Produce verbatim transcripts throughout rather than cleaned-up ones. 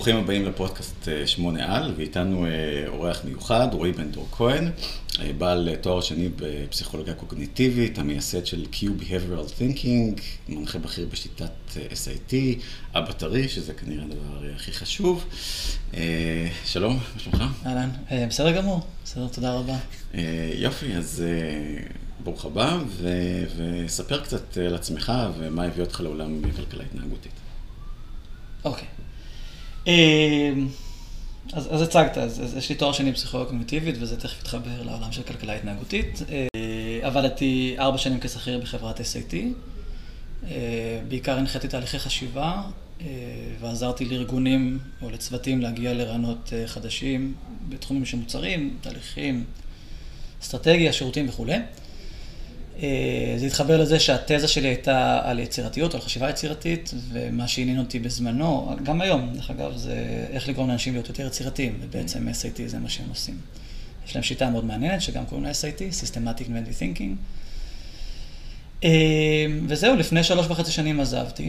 ברוכים הבאים לפודקאסט שמונה על, ואיתנו אורח מיוחד, רועי בן דור כהן, בעל תואר שני בפסיכולוגיה קוגניטיבית, המייסד של Q Behavioral Thinking, מנחה בכיר בשיטת אס איי טי, אבא טרי, שזה כנראה הדבר הכי חשוב. שלום, מה שלומך? אהלן, בסדר גמור, בסדר, תודה רבה. יופי, אז ברוך הבא, וספר קצת על עצמך ומה הביא אותך לעולם כלכלה התנהגותית. אוקיי. אז, אז הצגת, אז, אז יש לי תואר שני בפסיכולוגיה קוגניטיבית, וזה תכף יתחבר לעולם של כלכלה התנהגותית. עבדתי ארבע שנים כשכיר בחברת אס איי טי, בעיקר הנחיתי תהליכי חשיבה, ועזרתי לארגונים או לצוותים להגיע לרעיונות חדשים בתחומים של מוצרים, תהליכים, אסטרטגיה, שירותים וכו'. זה התחבר לזה שהתזה שלי הייתה על יצירתיות, על חשיבה יצירתית, ומה שעניין אותי בזמנו, גם היום, דרך אגב, זה איך לגרום לאנשים להיות יותר יצירתיים, ובעצם אס איי טי זה מה שהם עושים. יש להם שיטה מאוד מעניינת, שגם קוראים לה אס איי טי, Systematic Inventive Thinking. וזהו, לפני שלוש וחצי שנים עזבתי.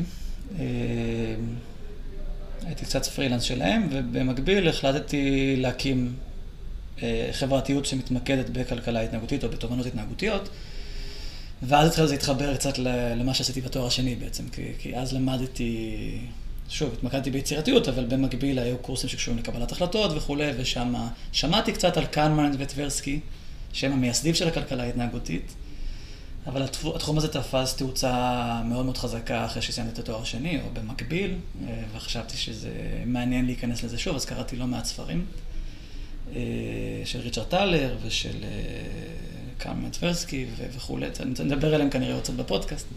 הייתי קצת פרילנס שלהם, ובמקביל החלטתי להקים חברתיות שמתמקדת בכלכלה התנהגותית או בתובנות התנהגותיות, ואז התחיל זה להתחבר קצת למה שעשיתי בתואר השני בעצם, כי, כי אז למדתי, שוב, התמקדתי ביצירתיות, אבל במקביל היו קורסים שקשורים לקבלת החלטות וכו', ושם שמעתי קצת על קנמן וטברסקי, שהם המייסדים של הכלכלה ההתנהגותית, אבל התחום הזה תפס תאוצה מאוד מאוד חזקה אחרי שסיימתי את התואר השני, או במקביל, וחשבתי שזה מעניין להיכנס לזה שוב, אז קראתי לא מעט ספרים, של ריצ'רד טלר ושל קנמן וטברסקי וכו'. אני נדבר עליהם כנראה עוד קצת בפודקאסט.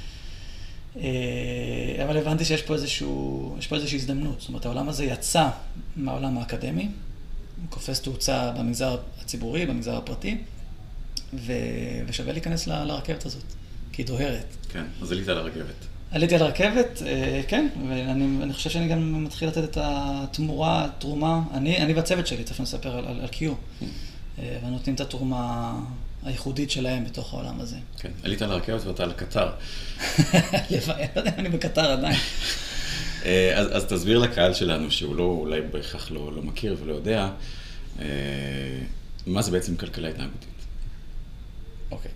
אבל הבנתי שיש פה איזשהו, יש פה איזושהי הזדמנות. זאת אומרת, העולם הזה יצא מהעולם האקדמי, הוא קופס תאוצה במגזר הציבורי, במגזר הפרטי, ושווה להיכנס לרכבת הזאת, כי היא דוהרת. כן, אז עלית על הרכבת. עליתי על הרכבת, כן, ואני חושב שאני גם מתחיל לתת את התמורה, התרומה, אני, אני והצוות שלי, תכף נספר על, על, על Q, ונותנים את התרומה הייחודית שלהם בתוך העולם הזה. כן, עלית על הרכבת ואתה על קטר. אני בקטר עדיין. אז, אז תסביר לקהל שלנו, שהוא לא, אולי בהכרח לא, לא מכיר ולא יודע, מה זה בעצם כלכלה התנהגותית? אוקיי.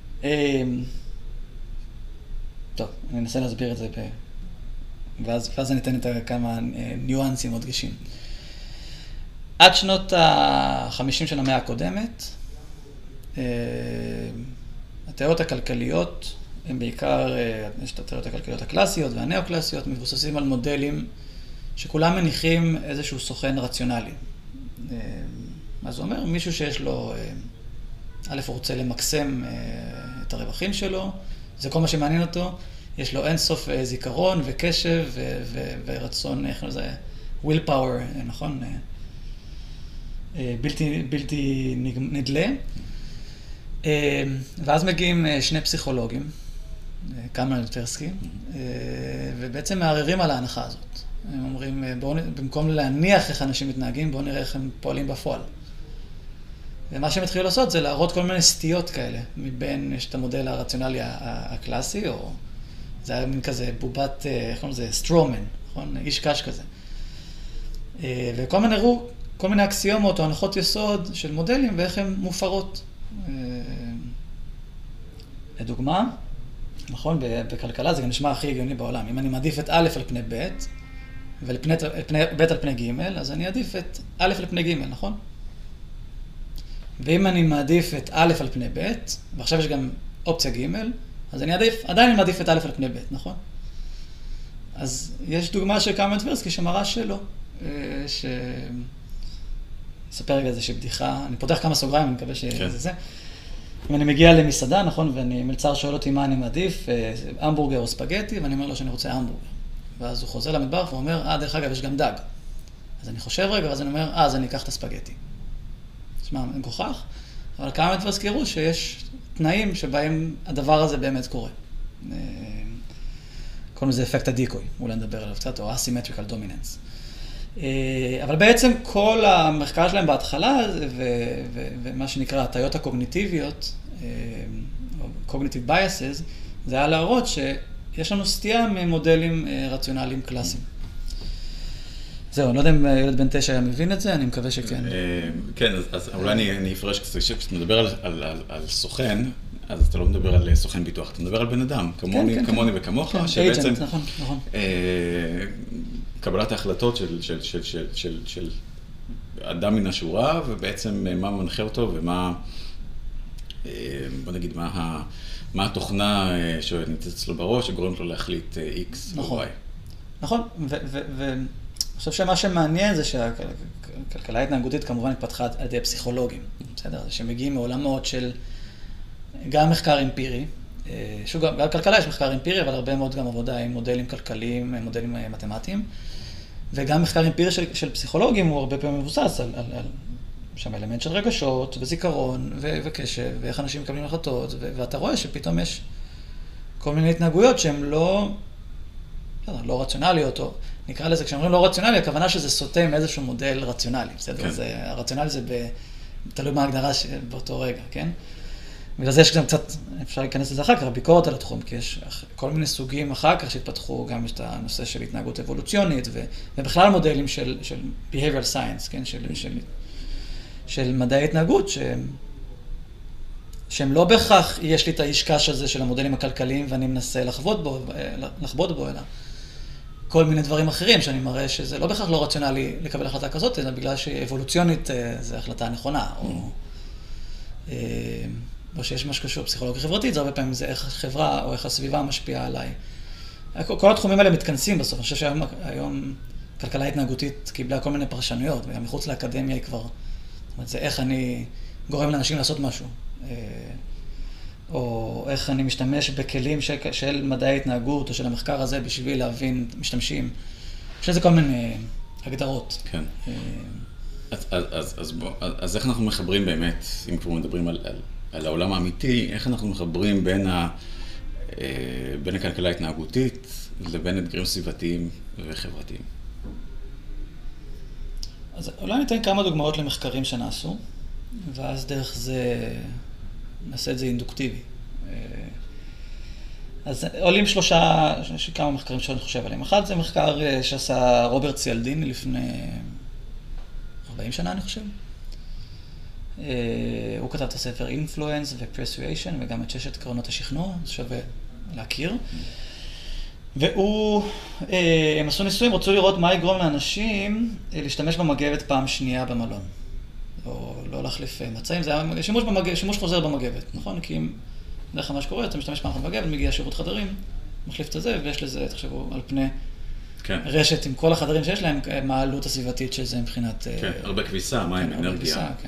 טוב, אני אנסה להסביר את זה, ב... ואז, ואז אני אתן את כמה ניואנסים או דגשים. עד שנות ה-חמישים של המאה הקודמת, התיאוריות הכלכליות, הן בעיקר, יש את התיאוריות הכלכליות הקלאסיות והנאו-קלאסיות, מבוססים על מודלים שכולם מניחים איזשהו סוכן רציונלי. מה זה אומר? מישהו שיש לו, א', הוא רוצה למקסם את הרווחים שלו, זה כל מה שמעניין אותו, יש לו אינסוף זיכרון וקשב ו- ו- ורצון, איך זה, will power, נכון? בלתי, בלתי נדלה. ואז מגיעים שני פסיכולוגים, קנמן וטברסקי, ובעצם מערערים על ההנחה הזאת. הם אומרים, בואו, במקום להניח איך אנשים מתנהגים, בואו נראה איך הם פועלים בפועל. ומה שהם התחילו לעשות זה להראות כל מיני סטיות כאלה, מבין, יש את המודל הרציונלי הקלאסי, או זה היה מין כזה בובת, איך קוראים לזה, סטרומן, נכון? איש קש כזה. וכל מיני הראו, כל מיני אקסיומות או הנחות יסוד של מודלים ואיך הן מופרות. לדוגמה, נכון, בכלכלה זה גם נשמע הכי הגיוני בעולם. אם אני מעדיף את א' על פני ב', וב' על פני ג', אז אני אעדיף את א' על פני ג', נכון? ואם אני מעדיף את א' על פני ב', ועכשיו יש גם אופציה ג', אז אני עדיף, עדיין אני מעדיף את א' על פני ב', נכון? אז יש דוגמה של קנמן וטברסקי שמראה שלא, ש... אספר רגע איזושהי בדיחה, אני פותח כמה סוגריים, אני מקווה שזה זה. אם אני מגיע למסעדה, נכון, ואני מלצר שואל אותי מה אני מעדיף, המבורגר או ספגטי, ואני אומר לו שאני רוצה המבורגר. ואז הוא חוזר למטבח ואומר, אה, דרך אגב, יש גם דג. אז אני חושב רגע, ואז אני אומר, אה, אז אני אקח את הספגטי. תשמע, מגוחך, אבל כמה וטברסקי הראו שיש תנאים שבהם הדבר הזה באמת קורה. קוראים לזה אפקט הדיקוי, אולי נדבר עליו קצת, או asymmetrical dominance. אבל בעצם כל המחקר שלהם בהתחלה, ומה שנקרא הטיות הקוגניטיביות, cognitive biases, זה היה להראות שיש לנו סטייה ממודלים רציונליים קלאסיים. זהו, אני לא יודע אם ילד בן תשע היה מבין את זה, אני מקווה שכן. כן, אז אולי אני אפרש קצת, כשאתה מדבר על סוכן, אז אתה לא מדבר על סוכן ביטוח, אתה מדבר על בן אדם, כמוני וכמוך, שבעצם קבלת ההחלטות של אדם מן השורה, ובעצם מה מנחה אותו ומה, בוא נגיד, מה התוכנה שנמצאת אצלו בראש, שגורמת לו להחליט X או Y. נכון, ואני חושב שמה שמעניין זה שהכלכלה ההתנהגותית כמובן התפתחה על ידי פסיכולוגים, בסדר? שמגיעים מעולמות של גם מחקר אמפירי, שוב, גם בכלכלה יש מחקר אמפירי, אבל הרבה מאוד גם עבודה עם מודלים כלכליים, מודלים מתמטיים, וגם מחקר אמפירי של, של פסיכולוגים הוא הרבה פעמים מבוסס על, על, על שם אלמנט של רגשות וזיכרון ו- וקשב, ואיך אנשים מקבלים החלטות, ו- ואתה רואה שפתאום יש כל מיני התנהגויות שהן לא, לא, לא רציונליות, או נקרא לזה, כשאומרים לא רציונלי, הכוונה שזה סוטה מאיזשהו מודל רציונלי, בסדר? כן. זה, הרציונלי זה ב, תלוי מה ההגדרה באותו רגע, כן? בגלל זה יש גם קצת, אפשר להיכנס לזה אחר כך, ביקורת על התחום, כי יש כל מיני סוגים אחר כך שהתפתחו, גם יש את הנושא של התנהגות אבולוציונית, ו, ובכלל מודלים של, של behavioral science, כן? של, של, של מדעי התנהגות, שהם, שהם לא בהכרח, יש לי את האישקש הזה של המודלים הכלכליים, ואני מנסה לחבוד בו, לחבוד בו, אלא כל מיני דברים אחרים, שאני מראה שזה לא בהכרח לא רציונלי לקבל החלטה כזאת, אלא בגלל שאבולוציונית זו החלטה נכונה, או... או שיש משהו קשור פסיכולוגיה חברתית, זה הרבה פעמים זה איך החברה או איך הסביבה משפיעה עליי. כל התחומים האלה מתכנסים בסוף. אני חושב שהיום כלכלה התנהגותית קיבלה כל מיני פרשנויות, וגם מחוץ לאקדמיה היא כבר, זאת אומרת, זה איך אני גורם לאנשים לעשות משהו, או איך אני משתמש בכלים של, של מדעי התנהגות או של המחקר הזה בשביל להבין משתמשים. יש לזה כל מיני הגדרות. כן. אז, אז, אז, אז, בוא, אז איך אנחנו מחברים באמת, אם כבר מדברים על, על, על העולם האמיתי, איך אנחנו מחברים בין, ה, בין הכלכלה ההתנהגותית לבין אתגרים סביבתיים וחברתיים? אז אולי ניתן כמה דוגמאות למחקרים שנעשו, ואז דרך זה נעשה את זה אינדוקטיבי. אז עולים שלושה, כמה מחקרים שאני חושב עליהם. אחד זה מחקר שעשה רוברט ציאלדיני לפני ארבעים שנה, אני חושב. הוא כתב את הספר Influence ו-Persuasion, וגם את ששת קרנות השכנוע, זה שווה להכיר. והוא, הם עשו ניסויים, רצו לראות מה יגרום לאנשים להשתמש במגבת פעם שנייה במלון. או לא להחליף מצעים, זה היה שימוש, במגב, שימוש חוזר במגבת, נכון? כי אם דרך מה שקורה, אתה משתמש פעם אחת במגבת, מגיע שירות חדרים, מחליף את זה, ויש לזה, תחשבו, על פני כן. רשת עם כל החדרים שיש להם, מה העלות הסביבתית של זה מבחינת... כן, הרבה כביסה, מים, כן, אנרגיה. כביסה, כן.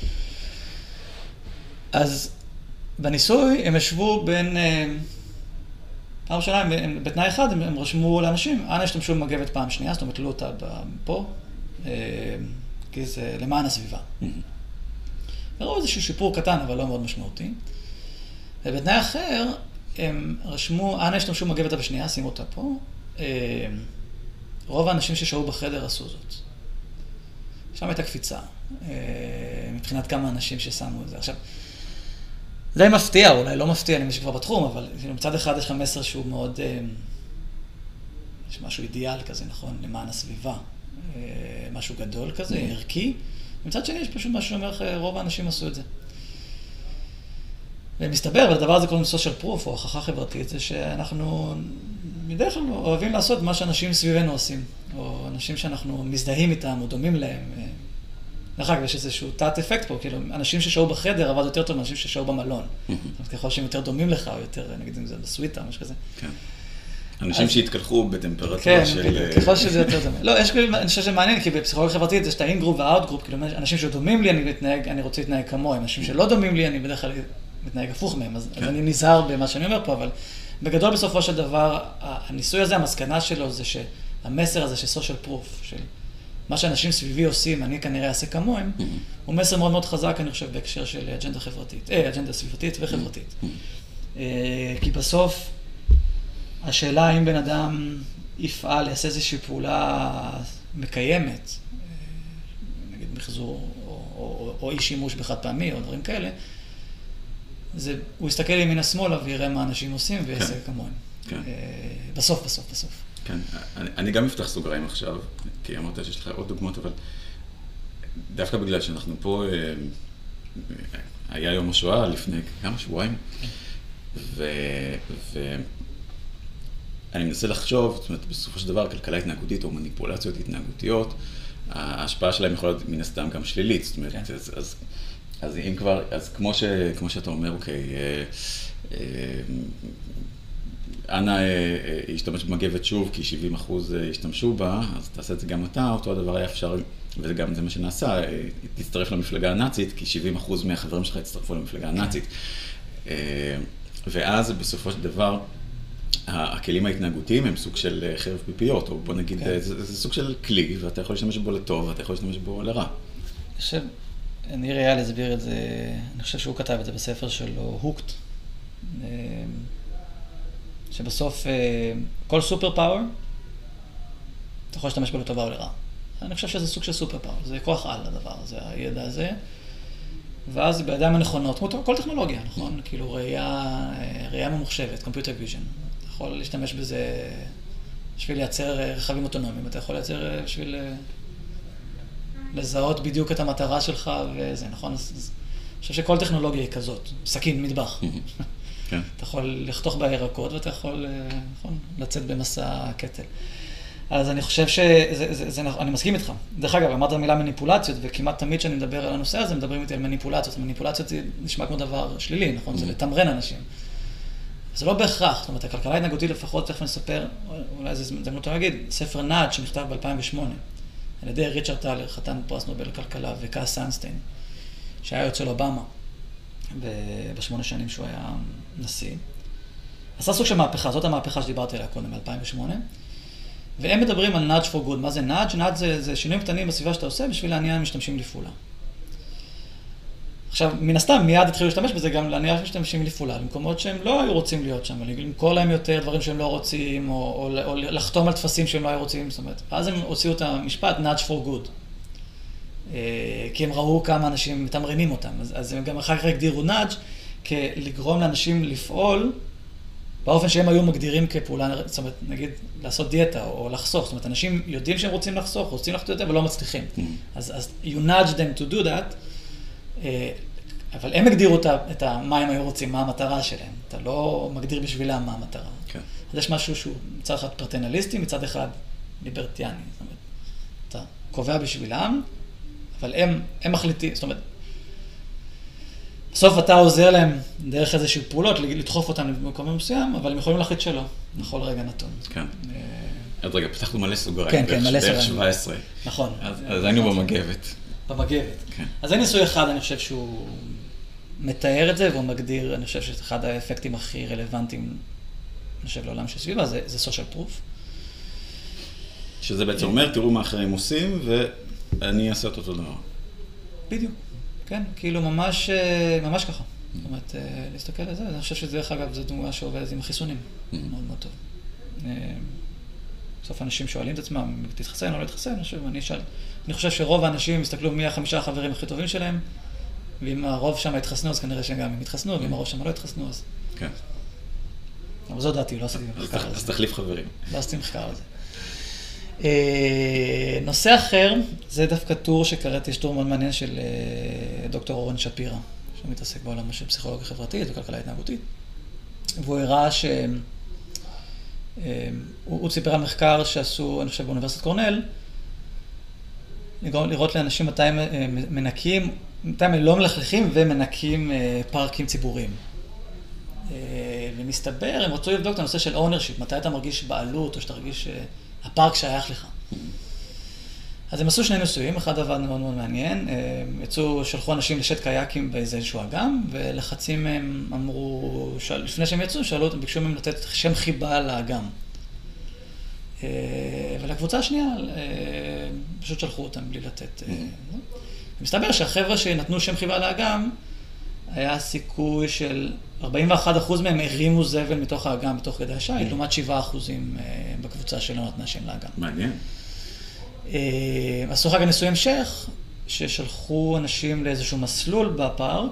אז בניסוי הם ישבו בין... פעם ראשונה, בתנאי אחד, הם, הם רשמו לאנשים, אנא השתמשו במגבת פעם שנייה, זאת אומרת, תלו אותה פה, כי זה למען הסביבה. Mm-hmm. וראו איזשהו שיפור קטן, אבל לא מאוד משמעותי. ובתנאי אחר, הם רשמו, אנא השתמשו במגבת בשנייה, שימו אותה פה. רוב האנשים ששהו בחדר עשו זאת. שם הייתה קפיצה, מבחינת כמה אנשים ששמו את זה. עכשיו, זה מפתיע, אולי לא מפתיע למי שכבר בתחום, אבל מצד אחד יש לך מסר שהוא מאוד, יש משהו אידיאל כזה, נכון, למען הסביבה, משהו גדול כזה, ערכי. מצד שני יש פשוט משהו שאומר, רוב האנשים עשו את זה. ומסתבר, והדבר הזה קוראים social proof, או הוכחה חברתית, זה שאנחנו בדרך כלל אוהבים לעשות מה שאנשים סביבנו עושים, או אנשים שאנחנו מזדהים איתם, או דומים להם. דרך אגב, יש איזשהו תת אפקט פה, כאילו, אנשים ששהו בחדר עבד יותר טוב מאנשים ששהו במלון. זאת אומרת, ככל שהם יותר דומים לך, או יותר, נגיד, אם זה בסוויטה, משהו כזה. כן. אנשים שהתקלחו בטמפרטורה של... כן, ככל שזה יותר דומה. לא, יש כאילו, אני חושב שמעניין, כי בפסיכולוגיה חברתית יש את האין-גרופ והאוט-גרופ, כאילו, אנשים שדומים לי, אני מתנהג, אני רוצה להתנהג כמוהם, אנשים שלא דומים לי, אני בדרך כלל מתנהג הפוך מהם, אז אני נזהר במה שאני אומר פה, אבל בגדול בסופו של דבר, הניסוי הזה, המסקנה שלו זה שהמסר הזה של social proof, של מה שאנשים סביבי עושים, אני כנראה אעשה כמוהם, הוא מסר מאוד מאוד חזק, אני חושב, בהקשר של אג'נדה חברתית, אה, אג'נדה סביבתית וחברתית. כי בסוף, השאלה האם בן אדם יפעל, יעשה איזושהי פעולה מקיימת, נגיד מחזור, או, או, או אי שימוש בחד פעמי, או דברים כאלה, זה, הוא יסתכל ימינה שמאלה ויראה מה אנשים עושים ויעשה כמוהם. בסוף, בסוף, בסוף. כן, אני, אני גם אפתח סוגריים עכשיו, כי אמרת שיש לך עוד דוגמאות, אבל דווקא בגלל שאנחנו פה, היה יום השואה לפני כמה שבועיים, ואני מנסה לחשוב, זאת אומרת, בסופו של דבר, כלכלה התנהגותית או מניפולציות התנהגותיות, ההשפעה שלהם יכולה להיות מן הסתם גם שלילית, זאת אומרת, כן. אז, אז, אז אם כבר, אז כמו, ש, כמו שאתה אומר, אוקיי, אנא ישתמש במגבת שוב, כי שבעים אחוז ישתמשו בה, אז תעשה את זה גם אתה, אותו הדבר היה אפשר, וגם זה מה שנעשה, תצטרף למפלגה הנאצית, כי שבעים אחוז מהחברים שלך יצטרפו למפלגה הנאצית. ואז בסופו של דבר, הכלים ההתנהגותיים הם סוג של חרב פיפיות, או בוא נגיד, זה, זה סוג של כלי, ואתה יכול להשתמש בו לטוב, ואתה יכול להשתמש בו לרע. אני חושב, ניר אייל הסביר את זה, אני חושב שהוא כתב את זה בספר שלו, הוקט, שבסוף כל סופר פאוור, אתה יכול להשתמש בו לטובה או לרע. אני חושב שזה סוג של סופר פאוור, זה כוח על הדבר, זה הידע הזה. ואז בידיים הנכונות, כמו כל טכנולוגיה, נכון? כאילו ראייה, ראייה ממוחשבת, computer vision. אתה יכול להשתמש בזה בשביל לייצר רכבים אוטונומיים, אתה יכול לייצר בשביל לזהות בדיוק את המטרה שלך וזה, נכון? אז אני חושב שכל טכנולוגיה היא כזאת, סכין, מטבח. אתה יכול לחתוך בירקות ואתה יכול, נכון, לצאת במסע קטל. אז אני חושב שזה, זה, זה, אני מסכים איתך. דרך אגב, אמרת המילה מניפולציות, וכמעט תמיד כשאני מדבר על הנושא הזה, מדברים איתי על מניפולציות. מניפולציות זה נשמע כמו דבר שלילי, נכון? זה לתמרן אנשים. זה לא בהכרח, זאת אומרת, הכלכלה ההתנהגותית לפחות, תכף נספר, אולי זה הזדמנות להגיד, ספר נאג' שנכתב ב-אלפיים ושמונה, על ידי ריצ'רד טלר, חתן פרס נובל לכלכלה, וקאס סנסטיין, שהיה יוצא לאובמה, בשמונה שנים שהוא היה נשיא. עשה סוג של מהפכה, זאת המהפכה שדיברתי עליה קודם, ב-אלפיים ושמונה, והם מדברים על nudge for good. מה זה nudge? nudge זה, זה שינויים קטנים בסביבה שאתה עושה בשביל להניע משתמשים לפעולה. עכשיו, מן הסתם, מיד התחילו להשתמש בזה גם להניע משתמשים לפעולה, למקומות שהם לא היו רוצים להיות שם, למכור להם יותר דברים שהם לא רוצים, או, או, או לחתום על תפסים שהם לא היו רוצים, זאת אומרת. ואז הם הוציאו את המשפט nudge for good. כי הם ראו כמה אנשים מתמרנים אותם. אז, אז הם גם אחר כך הגדירו nudge כלגרום לאנשים לפעול, באופן שהם היו מגדירים כפעולה, זאת אומרת, נגיד, לעשות דיאטה או לחסוך. זאת אומרת, אנשים יודעים שהם רוצים לחסוך, רוצים לחתוך יותר, אבל לא מצליחים. Mm. אז, אז you nudge them to do that, אבל הם הגדירו את מה הם היו רוצים, מה המטרה שלהם. אתה לא מגדיר בשבילם מה המטרה. Okay. אז יש משהו שהוא מצד אחד פרטנליסטי, מצד אחד ליברטיאני. זאת אומרת, אתה קובע בשבילם, אבל הם, הם מחליטים, זאת אומרת, בסוף אתה עוזר להם דרך איזשהו פעולות, לדחוף אותם במקום מסוים, אבל הם יכולים להחליט שלא, בכל רגע נתון. כן. עוד רגע, פתחנו מלא סוגריים. כן, כן, מלא סוגריים. בערך שבע עשרה. נכון. אז היינו במגבת. במגבת. כן. אז זה ניסוי אחד, אני חושב שהוא מתאר את זה, והוא מגדיר, אני חושב שאחד האפקטים הכי רלוונטיים, אני חושב, לעולם של סביבה, זה social proof. שזה בעצם אומר, תראו מה אחרים עושים, ואני אעשה את אותו דבר. בדיוק. כן, כאילו ממש, ממש ככה. זאת אומרת, להסתכל על זה, אני חושב שדרך אגב, זו דוגמה שעובדת עם חיסונים. מאוד מאוד טוב. בסוף אנשים שואלים את עצמם, תתחסן או לא תתחסן, אני חושב, אני אשאל. אני חושב שרוב האנשים יסתכלו מי החמישה החברים הכי טובים שלהם, ואם הרוב שם יתחסנו, אז כנראה שגם הם יתחסנו, ואם הרוב שם לא יתחסנו, אז... כן. אבל זו דעתי, לא עשיתי מחקר על זה. אז תחליף חברים. לא עשיתי מחקר על זה. נושא אחר, זה דווקא טור שקראתי, יש טור מאוד מעניין של דוקטור אורן שפירא, שמתעסק בעולם של פסיכולוגיה חברתית וכלכלה התנהגותית. והוא הראה שהוא סיפר על מחקר שעשו, אני חושב, באוניברסיטת קורנל, לראות לאנשים מתי הם מנקים, מתי הם לא מלכלכים ומנקים פארקים ציבוריים. ומסתבר, הם רצו לבדוק את הנושא של ownership, מתי אתה מרגיש בעלות או שאתה מרגיש הפארק שייך לך. אז הם עשו שני ניסויים, אחד עבד מאוד מאוד מעניין, יצאו, שלחו אנשים לשט קייקים באיזשהו אגם, ולחצים מהם אמרו, לפני שהם יצאו, שאלו אותם, ביקשו מהם לתת שם חיבה לאגם. ולקבוצה השנייה, פשוט שלחו אותם בלי לתת. מסתבר שהחבר'ה שנתנו שם חיבה לאגם, היה סיכוי של ארבעים ואחד אחוז מהם הרימו זבל מתוך האגם, בתוך גדי השייט, לעומת שבעה אחוזים בקבוצה שלא נתנה שם לאגם. מעניין. עשו אחר כך ניסוי המשך, ששלחו אנשים לאיזשהו מסלול בפארק,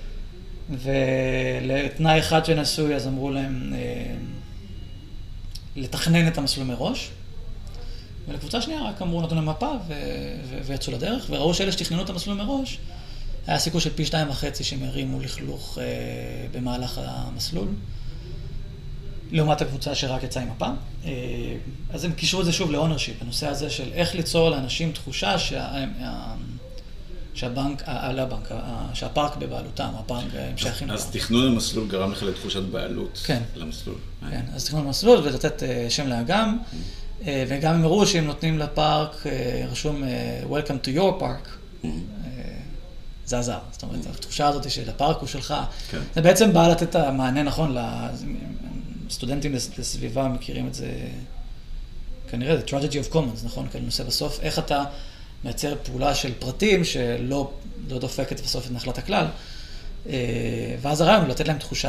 ולתנאי אחד שנסוי, אז אמרו להם, לתכנן את המסלול מראש, ולקבוצה שנייה רק אמרו נתנו למפה ו- ו- ויצאו לדרך, וראו שאלה שתכננו את המסלול מראש, היה סיכוי של פי שתיים וחצי שהם הרימו לכלוך אה, במהלך המסלול, לעומת הקבוצה שרק יצאה עם מפה. אה, אז הם קישרו את זה שוב ל-ownership, בנושא הזה של איך ליצור לאנשים תחושה שה... שהבנק, לא הבנק, שהפארק בבעלותם, הפארק הם שייכים לפארק. אז תכנון המסלול גרם לך לתחושת בעלות כן. למסלול. כן, אז תכנון המסלול ולתת שם לאגם, וגם הם הראו שהם נותנים לפארק, רשום Welcome to your park, זה עזר. זאת אומרת, התחושה הזאת של הפארק הוא שלך, זה בעצם בא לתת את המענה נכון, לסטודנטים לסביבה מכירים את זה, כנראה, the tragedy of commons, נכון? כאלה נושא בסוף, איך אתה מייצר פעולה של פרטים שלא לא דופקת בסוף את נחלת הכלל, ואז הרעיון הוא לתת להם תחושה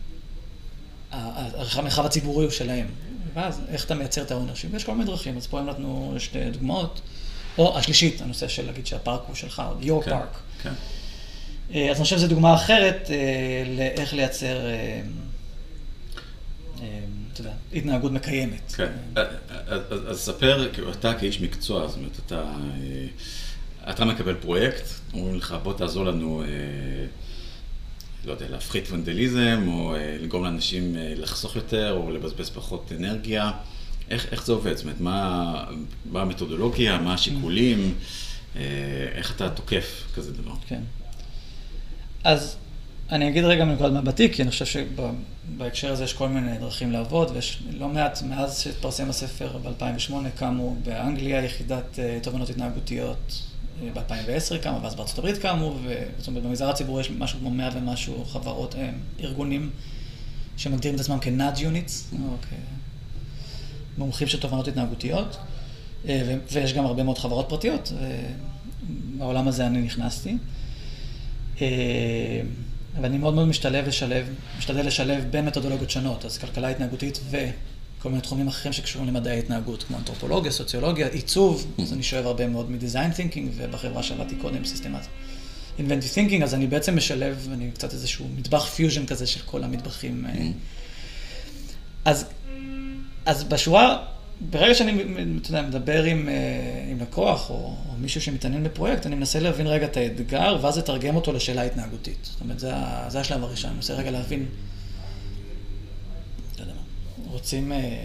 שהמרחב הציבורי הוא שלהם, ואז איך אתה מייצר את ה-ownership, ויש כל מיני דרכים, אז פה הם נתנו שתי דוגמאות, או השלישית, הנושא של להגיד שהפארק הוא שלך, או your כן, park. כן. אז אני חושב שזו דוגמה אחרת לאיך לייצר, אתה יודע, התנהגות מקיימת. כן, אז ספר, אתה כאיש מקצוע, זאת אומרת, אתה, אתה מקבל פרויקט, אומרים לך, בוא תעזור לנו, לא יודע, להפחית ונדליזם, או לגרום לאנשים לחסוך יותר, או לבזבז פחות אנרגיה. איך, איך זה עובד? זאת אומרת, מה, מה המתודולוגיה, מה השיקולים, איך אתה תוקף כזה דבר? כן. אז אני אגיד רגע מנקודת מבטי, כי אני חושב שבהקשר הזה יש כל מיני דרכים לעבוד, ויש לא מעט, מאז שהתפרסם הספר ב-אלפיים ושמונה, קמו באנגליה יחידת תובנות התנהגותיות, ב-אלפיים ועשר קמו, ואז בארצות הברית קמו, ובזאת אומרת, במגזר הציבורי יש משהו כמו מאה ומשהו חברות, ארגונים שמגדירים את עצמם כ-nudge units, או כמומחים של תובנות התנהגותיות, ויש גם הרבה מאוד חברות פרטיות, ובעולם הזה אני נכנסתי. ואני מאוד מאוד משתלב לשלב, משתדל לשלב בין מתודולוגיות שונות, אז כלכלה התנהגותית וכל מיני תחומים אחרים שקשורים למדעי התנהגות, כמו אנתרופולוגיה, סוציולוגיה, עיצוב, אז אני שואב הרבה מאוד מ-design thinking, ובחברה שעבדתי קודם, סיסטמט inventive thinking, אז אני בעצם משלב, אני קצת איזשהו מטבח פיוז'ן כזה של כל המטבחים. אז, אז בשורה, ברגע שאני מדבר עם, עם לקוח או, או מישהו שמתעניין בפרויקט, אני מנסה להבין רגע את האתגר, ואז לתרגם אותו לשאלה התנהגותית. זאת אומרת, זה, זה השלב הראשון. אני מנסה רגע להבין, לא יודע מה, רוצים אה,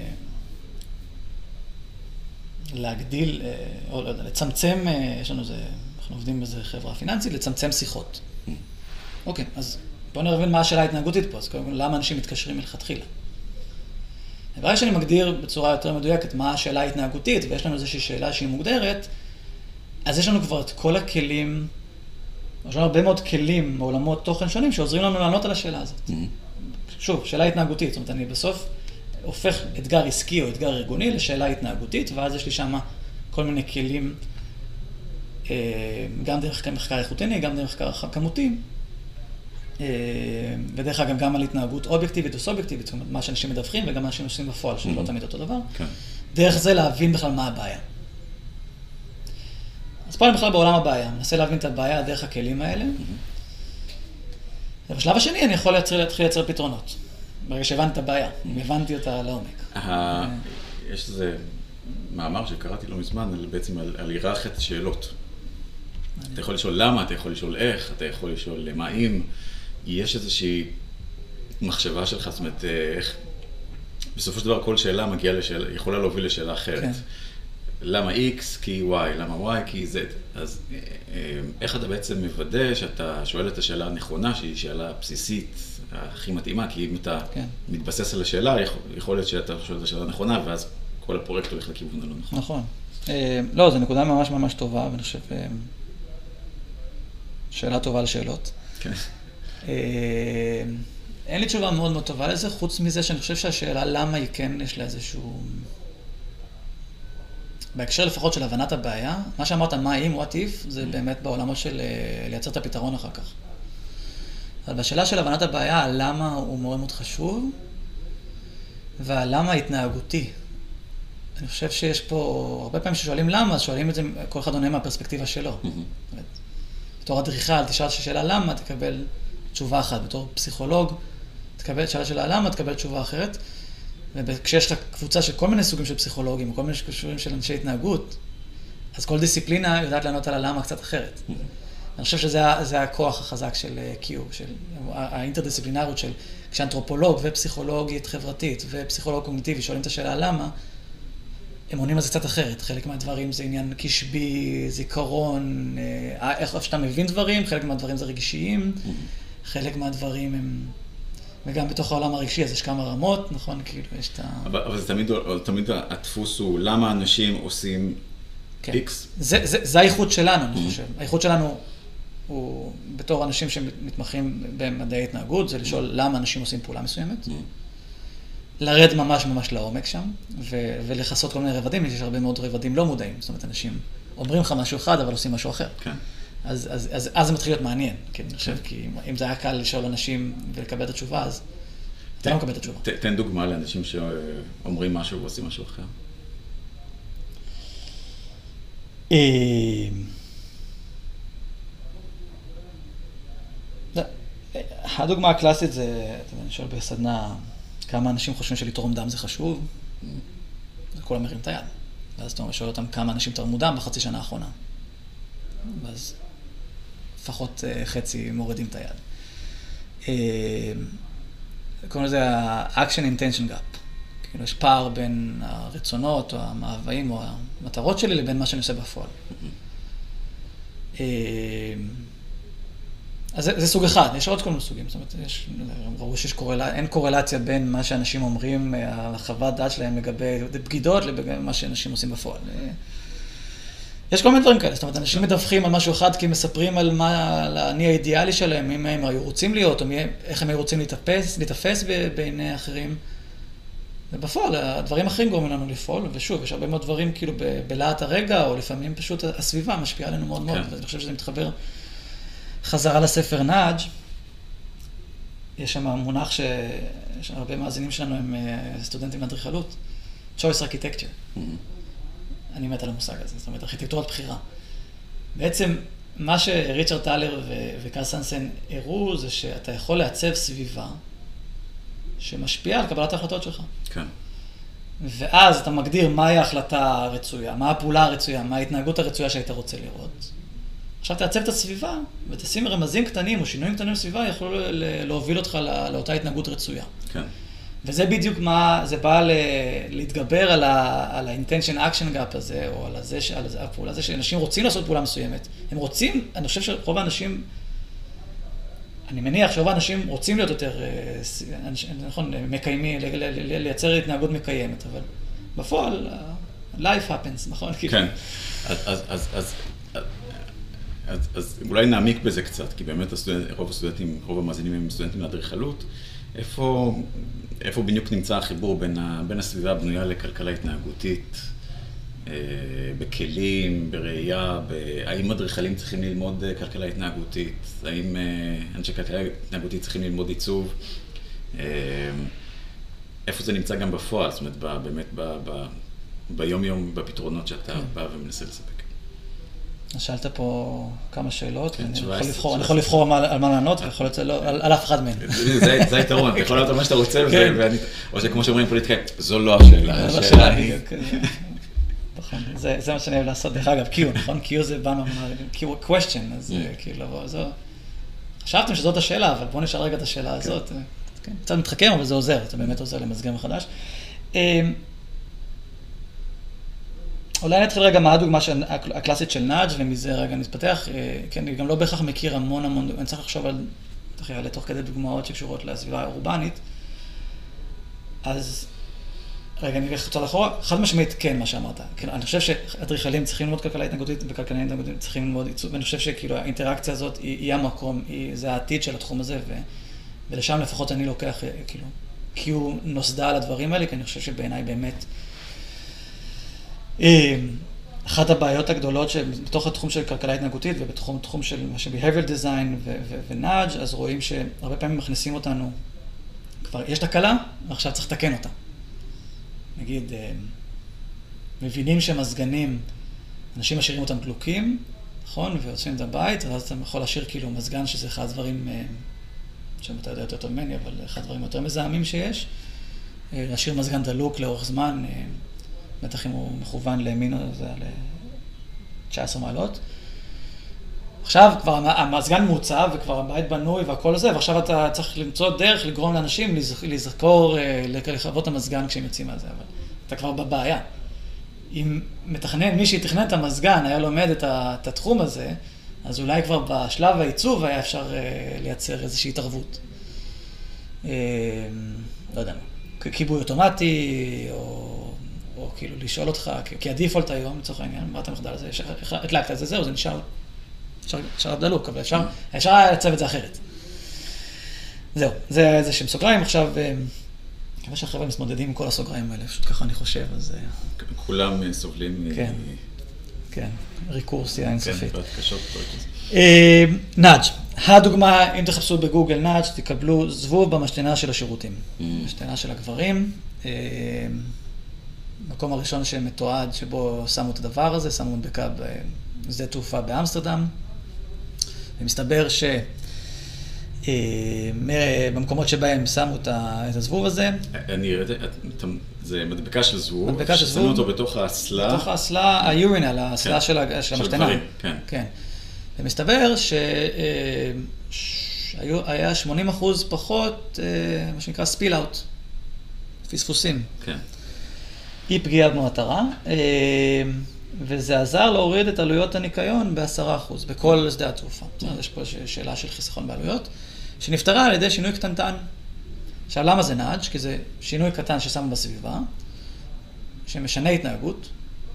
להגדיל, אה, או לא יודע, לצמצם, אה, יש לנו זה, אנחנו עובדים בזה חברה פיננסית, לצמצם שיחות. אוקיי, אז בואו נבין מה השאלה ההתנהגותית פה, אז קודם כל, למה אנשים מתקשרים מלכתחילה? ברגע שאני מגדיר בצורה יותר מדויקת מה השאלה ההתנהגותית, ויש לנו איזושהי שאלה שהיא מוגדרת, אז יש לנו כבר את כל הכלים, יש לנו הרבה מאוד כלים מעולמות תוכן שונים שעוזרים לנו לענות על השאלה הזאת. Mm-hmm. שוב, שאלה התנהגותית, זאת אומרת, אני בסוף הופך אתגר עסקי או אתגר ארגוני לשאלה התנהגותית, ואז יש לי שם כל מיני כלים, גם דרך מחקר איכותני, גם דרך מחקר כמותי, ודרך אגב גם על התנהגות אובייקטיבית או סובייקטיבית, זאת אומרת, מה שאנשים מדווחים וגם מה שאנשים עושים בפועל, שלא תמיד אותו דבר. דרך זה להבין בכלל מה הבעיה. אז פה אני בכלל בעולם הבעיה, מנסה להבין את הבעיה דרך הכלים האלה. ובשלב השני אני יכול להתחיל לייצר פתרונות. ברגע שהבנתי את הבעיה, אם הבנתי אותה לעומק. יש איזה מאמר שקראתי לא מזמן, בעצם על היררכיית שאלות. אתה יכול לשאול למה, אתה יכול לשאול איך, אתה יכול לשאול מה אם. יש איזושהי מחשבה שלך, זאת אומרת, איך, בסופו של דבר כל שאלה מגיעה לשאלה, יכולה להוביל לשאלה אחרת. כן. למה X כי Y, למה Y כי Z. אז איך אתה בעצם מוודא שאתה שואל את השאלה הנכונה, שהיא שאלה בסיסית, הכי מתאימה, כי אם אתה כן. מתבסס על השאלה, יכול להיות שאתה שואל את השאלה הנכונה, ואז כל הפרויקט הולך לכיוון הלא נכון. נכון. לא, זו נקודה ממש ממש טובה, ואני חושב, שאלה טובה לשאלות. כן. אין לי תשובה מאוד מאוד טובה לזה, חוץ מזה שאני חושב שהשאלה למה היא כן יש לה איזשהו... בהקשר לפחות של הבנת הבעיה, מה שאמרת מה אם, what if, זה באמת בעולמות של לייצר את הפתרון אחר כך. אבל בשאלה של הבנת הבעיה, הלמה הוא מאוד מאוד חשוב, והלמה ההתנהגותי. אני חושב שיש פה, הרבה פעמים ששואלים למה, אז שואלים את זה, כל אחד עונה מהפרספקטיבה שלו. בתור אדריכל, תשאל שאלה למה, תקבל תשובה אחת. בתור פסיכולוג, תקבל שאלה שאלה למה, תקבל תשובה אחרת. וכשיש לך קבוצה של כל מיני סוגים של פסיכולוגים, או כל מיני סוגים של אנשי התנהגות, אז כל דיסציפלינה יודעת לענות על הלמה קצת אחרת. אני חושב שזה הכוח החזק של Q, של האינטרדיסציפלינריות של כשאנתרופולוג ופסיכולוגית חברתית ופסיכולוג קוגניטיבי שואלים את השאלה למה, הם עונים על זה קצת אחרת. חלק מהדברים זה עניין קשבי, זיכרון, איך שאתה מבין דברים, חלק מהדברים זה רגשיים, חלק מהדברים הם... וגם בתוך העולם הרגשי, אז יש כמה רמות, נכון? כאילו, יש את ה... אבל, אבל זה תמיד, תמיד הדפוס הוא למה אנשים עושים כן. X? זה, זה, זה האיכות שלנו, אני חושב. האיכות שלנו הוא, בתור אנשים שמתמחים במדעי התנהגות, זה לשאול למה אנשים עושים פעולה מסוימת. לרד ממש ממש לעומק שם, ו- ולחסות כל מיני רבדים, יש הרבה מאוד רבדים לא מודעים. זאת אומרת, אנשים אומרים לך משהו אחד, אבל עושים משהו אחר. כן. אז, אז, אז, אז זה מתחיל להיות מעניין, כי אני חושב, כי אם זה היה קל לשאול אנשים ולקבל את התשובה, אז אתה לא מקבל את התשובה. ת, תן דוגמה לאנשים שאומרים משהו ועושים משהו אחר. הדוגמה הקלאסית זה, אני שואל בסדנה, כמה אנשים חושבים שלתרום דם זה חשוב, כולם מרים את היד. ואז אתה שואל אותם כמה אנשים תרמו דם בחצי שנה האחרונה. ואז לפחות חצי מורידים את היד. קוראים לזה ה-action intention gap. כאילו יש פער בין הרצונות או המאוויים או המטרות שלי לבין מה שאני עושה בפועל. אז זה, זה סוג אחד, יש עוד כל מיני סוגים. זאת אומרת, יש, ראו שיש קורלציה, אין קורלציה בין מה שאנשים אומרים, החוות דעת שלהם לגבי בגידות, לגבי מה שאנשים עושים בפועל. יש כל מיני דברים כאלה, זאת אומרת, אנשים מדווחים על משהו אחד כי מספרים על מה, על האני האידיאלי שלהם, מי הם היו רוצים להיות, או מי, איך הם היו רוצים להתאפס, להתאפס בעיני אחרים. ובפועל, הדברים אחרים גורמים לנו לפעול, ושוב, יש הרבה מאוד דברים כאילו ב- בלהט הרגע, או לפעמים פשוט הסביבה משפיעה עלינו מאוד מאוד, ואני חושב שזה מתחבר חזרה לספר נאג'. יש שם מונח שיש הרבה מאזינים שלנו הם סטודנטים לאדריכלות, choice architecture. אני מת על המושג הזה, זאת אומרת, ארכיטקטורת בחירה. בעצם, מה שריצ'רד טלר וקארל סנסן הראו, זה שאתה יכול לעצב סביבה שמשפיעה על קבלת ההחלטות שלך. כן. ואז אתה מגדיר מהי ההחלטה הרצויה, מה הפעולה הרצויה, מה ההתנהגות הרצויה שהיית רוצה לראות. עכשיו תעצב את הסביבה, ותשים רמזים קטנים או שינויים קטנים בסביבה, יכולו להוביל אותך לאותה התנהגות רצויה. כן. וזה בדיוק מה, זה בא להתגבר על ה-intention action gap הזה, או על זה, על הפעולה הזה, שאנשים רוצים לעשות פעולה מסוימת. הם רוצים, אני חושב שרוב האנשים, אני מניח שרוב האנשים רוצים להיות יותר, נכון, מקיימים, לייצר התנהגות מקיימת, אבל בפועל, life happens, נכון? כן. אז, אז, אז, אז, אז, אז אולי נעמיק בזה קצת, כי באמת הסטודנט, רוב הסטודנטים, רוב המאזינים הם סטודנטים לאדריכלות. איפה, איפה בדיוק נמצא החיבור בין, ה, בין הסביבה הבנויה לכלכלה התנהגותית, אה, בכלים, בראייה, ב, האם אדריכלים צריכים ללמוד כלכלה התנהגותית, האם אה, אנשי כלכלה התנהגותית צריכים ללמוד עיצוב, אה, איפה זה נמצא גם בפועל, זאת אומרת, ב, באמת ב, ב, ביום-יום, בפתרונות שאתה כן. בא ומנסה לספק. שאלת פה כמה שאלות, אני יכול לבחור על מה לענות, ויכול להיות על אף אחד מהן. זה היתרון, אתה יכול לענות על מה שאתה רוצה, או שכמו שאומרים פוליטיקאים, זו לא השאלה, השאלה היא... נכון, זה מה שאני אוהב לעשות, דרך אגב, Q, נכון? Q זה בא מאמר, Q question, אז כאילו, חשבתם שזאת השאלה, אבל בואו נשאל רגע את השאלה הזאת. קצת מתחכם, אבל זה עוזר, זה באמת עוזר למסגר מחדש. אולי נתחיל רגע מה הדוגמה הקלאסית של נאג' ומזה רגע נתפתח, כי אני גם לא בהכרח מכיר המון המון, אני צריך לחשוב על, תחילה, תוך כדי דוגמאות שקשורות לסביבה האורבנית. אז רגע, אני אלך קצת אחורה, חד משמעית כן מה שאמרת. אני חושב שאדריכלים צריכים ללמוד כלכלה התנהגותית וכלכלה התנהגותית צריכים ללמוד עיצוב, ואני חושב שכאילו האינטראקציה הזאת היא, היא המקום, היא, זה העתיד של התחום הזה, ו, ולשם לפחות אני לוקח, כאילו, כי הוא נוסדה על הדברים האלה, כי אני חושב שבעיניי באמת אחת הבעיות הגדולות שבתוך התחום של כלכלה התנהגותית ובתחום תחום של behavioral design ונאג' אז רואים שהרבה פעמים מכניסים אותנו, כבר יש תקלה ועכשיו צריך לתקן אותה. נגיד, מבינים שמזגנים, אנשים משאירים אותם דלוקים, נכון? ויוצאים את הבית, אז אתה יכול להשאיר כאילו מזגן שזה אחד הדברים, שאתה יודע יותר טוב ממני, אבל אחד הדברים יותר מזהמים שיש. להשאיר מזגן דלוק לאורך זמן, בטח אם הוא מכוון למינוס, זה ל-תשע עשרה מעלות. עכשיו כבר המזגן מוצב וכבר הבית בנוי והכל זה, ועכשיו אתה צריך למצוא דרך לגרום לאנשים לזכור, לכבות את המזגן כשהם יוצאים על זה, אבל אתה כבר בבעיה. אם מתכנן, מי שיתכנן את המזגן היה לומד את התחום הזה, אז אולי כבר בשלב העיצוב היה אפשר לייצר איזושהי התערבות. לא יודע מה, כיבוי אוטומטי, או, או כאילו לשאול אותך, כי הדיפולט היום, לצורך העניין, מה אתה מחדל על זה, התלקת את זה, זהו, זה נשאר, נשאר דלוק, אבל אפשר, אפשר היה לצב את זה אחרת. זהו, זה, זה שם סוגריים, עכשיו, כמה שהחבר'ה מתמודדים עם כל הסוגריים האלה, פשוט ככה אני חושב, אז... כולם סובלים... כן, כן, ריקורסיה אינסופית. כן, קשות פרויקט. נאג', הדוגמה, אם תחפשו בגוגל נאג', תקבלו זבוב במשתנה של השירותים. משתנה של הגברים. מקום הראשון שמתועד שבו שמו את הדבר הזה, שמו מדבקה בשדה תעופה באמסטרדם. ומסתבר ש... במקומות שבהם שמו את הזבוב הזה. אני ראיתי, זה מדבקה של זבוב, מדבקה של זבוב. ששמו אותו בתוך האסלה. בתוך האסלה, היורינל, האסלה של המשתנה. כן. כן. ומסתבר שהיה שמונים אחוז פחות, מה שנקרא ספיל אאוט, פספוסים. כן. אי פגיעה במטרה, וזה עזר להוריד את עלויות הניקיון ב-עשרה אחוז, בכל שדה התעופה. יש פה שאלה של חיסכון בעלויות, שנפתרה על ידי שינוי קטנטן. עכשיו, למה זה נאג'? כי זה שינוי קטן ששם בסביבה, שמשנה התנהגות,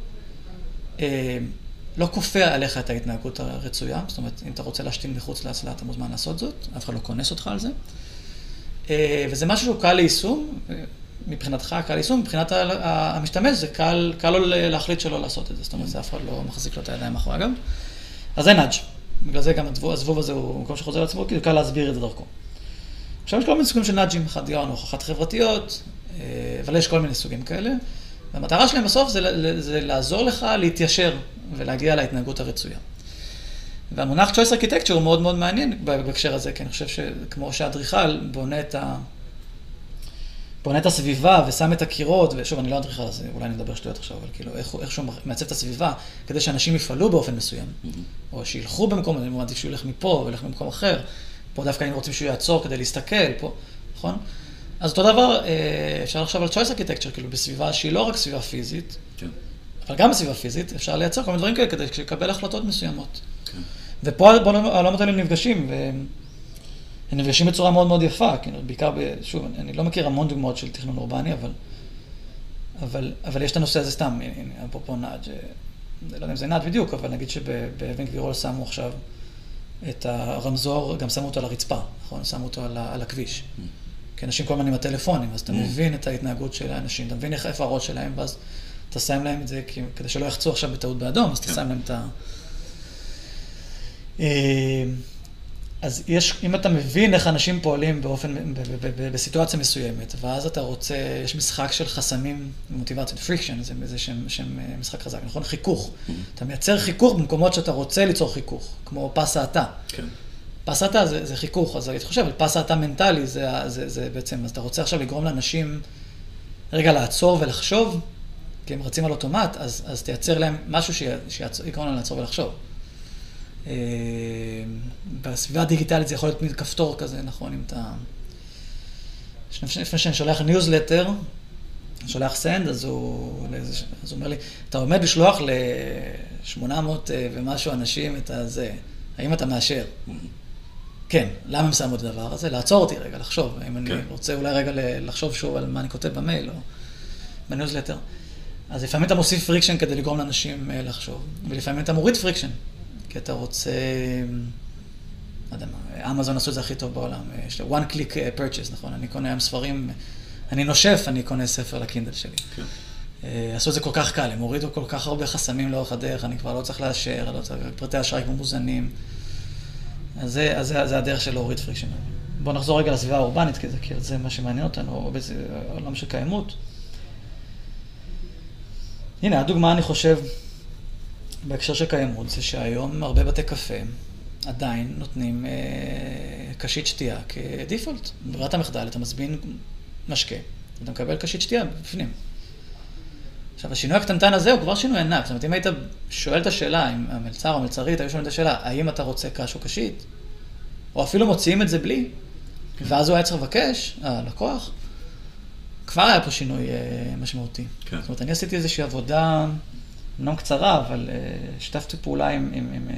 לא כופה עליך את ההתנהגות הרצויה, זאת אומרת, אם אתה רוצה להשתין מחוץ לאסלה, אתה מוזמן לעשות זאת, אף אחד לא כונס אותך על זה. וזה משהו שהוא קל ליישום, מבחינתך קל ליישום, מבחינת המשתמש זה קל, קל לו להחליט שלא לעשות את זה, זאת אומרת, זה אף אחד לא מחזיק לו את הידיים מאחורי הגב. אז זה נאג'. בגלל זה גם הזבוב הזה הוא מקום שחוזר לעצמו, כי זה קל להסביר את זה דרכו. עכשיו יש כל מיני סוגים של נאג'ים, אחד דיברנו, הוכחת חברתיות, אבל יש כל מיני סוגים כאלה. והמטרה שלהם בסוף זה, זה לעזור לך להתיישר ולהגיע להתנהגות הרצויה. והמונח choice architecture הוא מאוד מאוד מעניין בהקשר הזה, כי אני חושב שכמו שהאדריכל בונה את ה... בונה את הסביבה ושם את הקירות, ושוב, אני לא אדריכל, אז אולי נדבר שטויות עכשיו, אבל כאילו, איך, איך שהוא מעצב את הסביבה, כדי שאנשים יפעלו באופן מסוים, mm-hmm. או שילכו במקום, אני מעדיף שהוא ילך מפה, וילך במקום אחר, פה דווקא היינו רוצים שהוא יעצור כדי להסתכל, פה, נכון? אז אותו דבר, אפשר לחשוב על choice architecture, כאילו, בסביבה שהיא לא רק סביבה פיזית, כן. אבל גם בסביבה פיזית, אפשר לייצר כל מיני דברים כאלה, כדי לקבל החלטות מסוימות. כן. ופה העולמות האלה נפגשים, ו... הם נפגשים בצורה מאוד מאוד יפה, כי בעיקר, שוב, אני לא מכיר המון דוגמאות של תכנון אורבני, אבל, אבל, אבל יש את הנושא הזה סתם, אפרופו נאג', לא יודע אם זה נאג' בדיוק, אבל נגיד שבאבן גבירול שמו עכשיו את הרמזור, גם שמו אותו על הרצפה, נכון? שמו אותו על, על הכביש. כי אנשים כל הזמן עם הטלפונים, אז אתה מבין את ההתנהגות של האנשים, אתה מבין איפה הראש שלהם, ואז אתה שם להם את זה, כדי שלא יחצו עכשיו בטעות באדום, אז אתה שם להם את ה... אז יש, אם אתה מבין איך אנשים פועלים באופן, ב- ב- ב- בסיטואציה מסוימת, ואז אתה רוצה, יש משחק של חסמים ומוטיבציות, פריקשן, זה, זה שם, שם משחק חזק, נכון? חיכוך. Mm-hmm. אתה מייצר חיכוך במקומות שאתה רוצה ליצור חיכוך, כמו פס האטה. כן. פס האטה זה, זה חיכוך, אז אני חושב, אבל פס האטה מנטלי זה, זה, זה בעצם, אז אתה רוצה עכשיו לגרום לאנשים רגע לעצור ולחשוב, כי הם רצים על אוטומט, אז, אז תייצר להם משהו שיגרום להם לעצור ולחשוב. בסביבה הדיגיטלית זה יכול להיות מין כפתור כזה, נכון? אם אתה... לפני שאני שולח ניוזלטר, שולח סנד, אז הוא, אז הוא אומר לי, אתה עומד לשלוח ל-שמונה מאות ומשהו אנשים את הזה, האם אתה מאשר? כן, למה הם שמו את הדבר הזה? לעצור אותי רגע, לחשוב, אם אני רוצה אולי רגע לחשוב שוב על מה אני כותב במייל או בניוזלטר. אז לפעמים אתה מוסיף פריקשן כדי לגרום לאנשים לחשוב, ולפעמים אתה מוריד פריקשן. כי אתה רוצה, לא יודע מה, אמזון עשו את זה הכי טוב בעולם, יש לו one click purchase, נכון? אני קונה היום ספרים, אני נושף, אני קונה ספר לקינדל שלי. כן. עשו את זה כל כך קל, הם הורידו כל כך הרבה חסמים לאורך הדרך, אני כבר לא צריך לאשר, לא צריך, פרטי אשראי כמו מוזנים. אז זה, אז זה, זה הדרך של להוריד פריקשן. בואו נחזור רגע לסביבה האורבנית, כי זה, כי זה מה שמעניין אותנו, או באיזה עולם של קיימות. הנה, הדוגמה אני חושב, בהקשר של קיימות, זה שהיום הרבה בתי קפה עדיין נותנים אה, קשית שתייה כדיפולט. ברירת המחדל, אתה מזמין משקה, אתה מקבל קשית שתייה בפנים. עכשיו, השינוי הקטנטן הזה הוא כבר שינוי ענק. זאת אומרת, אם היית שואל את השאלה, אם המלצר או המלצרית, היו שואלים את השאלה, האם אתה רוצה קש או קשית? או אפילו מוציאים את זה בלי, ואז הוא היה צריך לבקש, הלקוח, כבר היה פה שינוי משמעותי. כן. זאת אומרת, אני עשיתי איזושהי עבודה, אמנם קצרה, אבל שתפתי פעולה עם, עם, עם,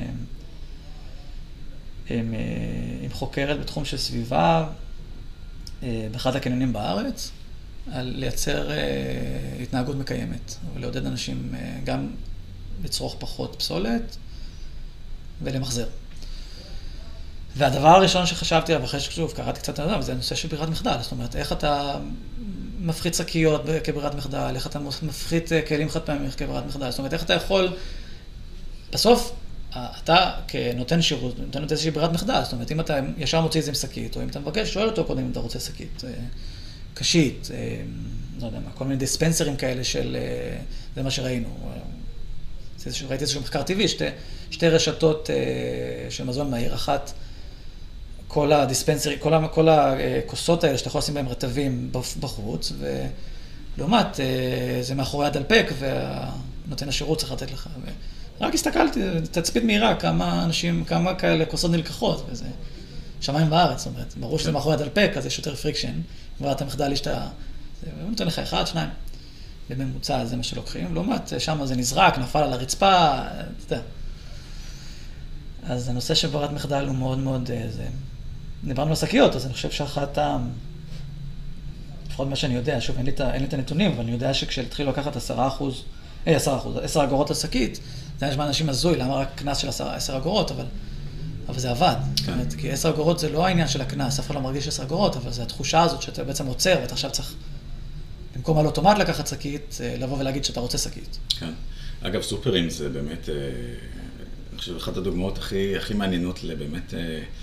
עם, עם חוקרת בתחום של סביבה, באחד הקניונים בארץ, על לייצר התנהגות מקיימת, ולעודד אנשים גם לצרוך פחות פסולת ולמחזר. והדבר הראשון שחשבתי עליו, אחרי ששוב, קראתי קצת על זה, זה הנושא של ברירת מחדל. זאת אומרת, איך אתה מפחית שקיות כברירת מחדל, איך אתה מפחית כלים חד פעמים כברירת מחדל. זאת אומרת, איך אתה יכול, בסוף, אתה כנותן שירות, נותן את איזושהי ברירת מחדל. זאת אומרת, אם אתה ישר מוציא את זה עם שקית, או אם אתה מבקש, שואל אותו קודם אם אתה רוצה שקית, קשית, לא יודע מה, כל מיני דיספנסרים כאלה של, זה מה שראינו. ראיתי איזשהו מחקר טבעי, שתי, שתי רשתות של מזון מהיר, אחת, כל הדיספנסרי, כל, כל הכוסות האלה שאתה יכול לשים בהם רטבים בחוץ, ולעומת, זה מאחורי הדלפק, ונותן השירות צריך לתת לך. רק הסתכלתי, תצפית מהירה, כמה אנשים, כמה כאלה כוסות נלקחות, וזה שמיים בארץ, זאת אומרת, ברור שזה מאחורי הדלפק, אז יש יותר פריקשן, וברירת המחדל היא שאתה, זה נותן לך אחד, שניים. בממוצע זה מה שלוקחים, לעומת, שם זה נזרק, נפל על הרצפה, אתה יודע. אז הנושא של ברירת מחדל הוא מאוד מאוד, זה, דיברנו על שקיות, אז אני חושב שאחת ה... לפחות מה שאני יודע, שוב, אין לי, אין לי את הנתונים, אבל אני יודע שכשהתחילו לקחת עשרה אחוז, אה, עשרה אחוז, עשר אגורות על שקית, זה נשמע אנשים הזוי, למה רק קנס של עשר אגורות, אבל, אבל זה עבד. זאת אומרת, כי עשר אגורות זה לא העניין של הקנס, אף אחד לא מרגיש עשר אגורות, אבל זה התחושה הזאת שאתה בעצם עוצר, ואתה עכשיו צריך, במקום על אוטומט לקחת שקית, לבוא ולהגיד שאתה רוצה שקית. כן. אגב, סופרים זה באמת, אני חושב, אחת הדוגמאות הכי, הכי מעניינות לבאמת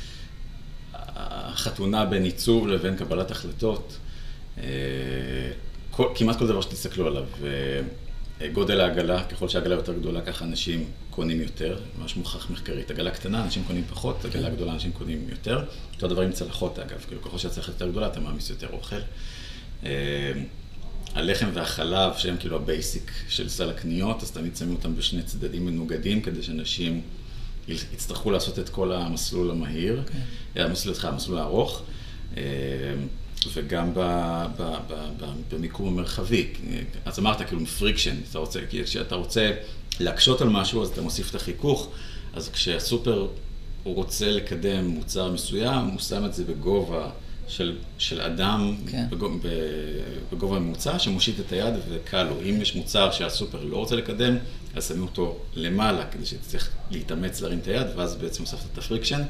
החתונה בין עיצוב לבין קבלת החלטות. כל, כמעט כל דבר שתסתכלו עליו. גודל העגלה, ככל שהעגלה יותר גדולה, ככה אנשים קונים יותר, ממש מוכח מחקרית. עגלה קטנה, אנשים קונים פחות, עגלה גדולה, אנשים קונים יותר. אותו דבר עם צלחות, אגב. כאילו, ככל שהצלחת יותר גדולה, אתה מעמיס יותר אוכל. הלחם והחלב, שהם כאילו הבייסיק של סל הקניות, אז תמיד שמים אותם בשני צדדים מנוגדים, כדי שאנשים יצטרכו לעשות את כל המסלול המהיר, okay. המסלול, המסלול הארוך, וגם ב, ב, ב, ב, במיקום המרחבי. אז אמרת, כאילו, פריקשן, אתה רוצה, כי כשאתה רוצה להקשות על משהו, אז אתה מוסיף את החיכוך, אז כשהסופר הוא רוצה לקדם מוצר מסוים, הוא שם את זה בגובה של, של אדם, כן. בגובה, בגובה ממוצע, שמושיט את היד וקל לו. אם יש מוצר שהסופר לא רוצה לקדם, אז שמים אותו למעלה, כדי שתצטרך להתאמץ להרים את היד, ואז בעצם הוספת את הפריקשן.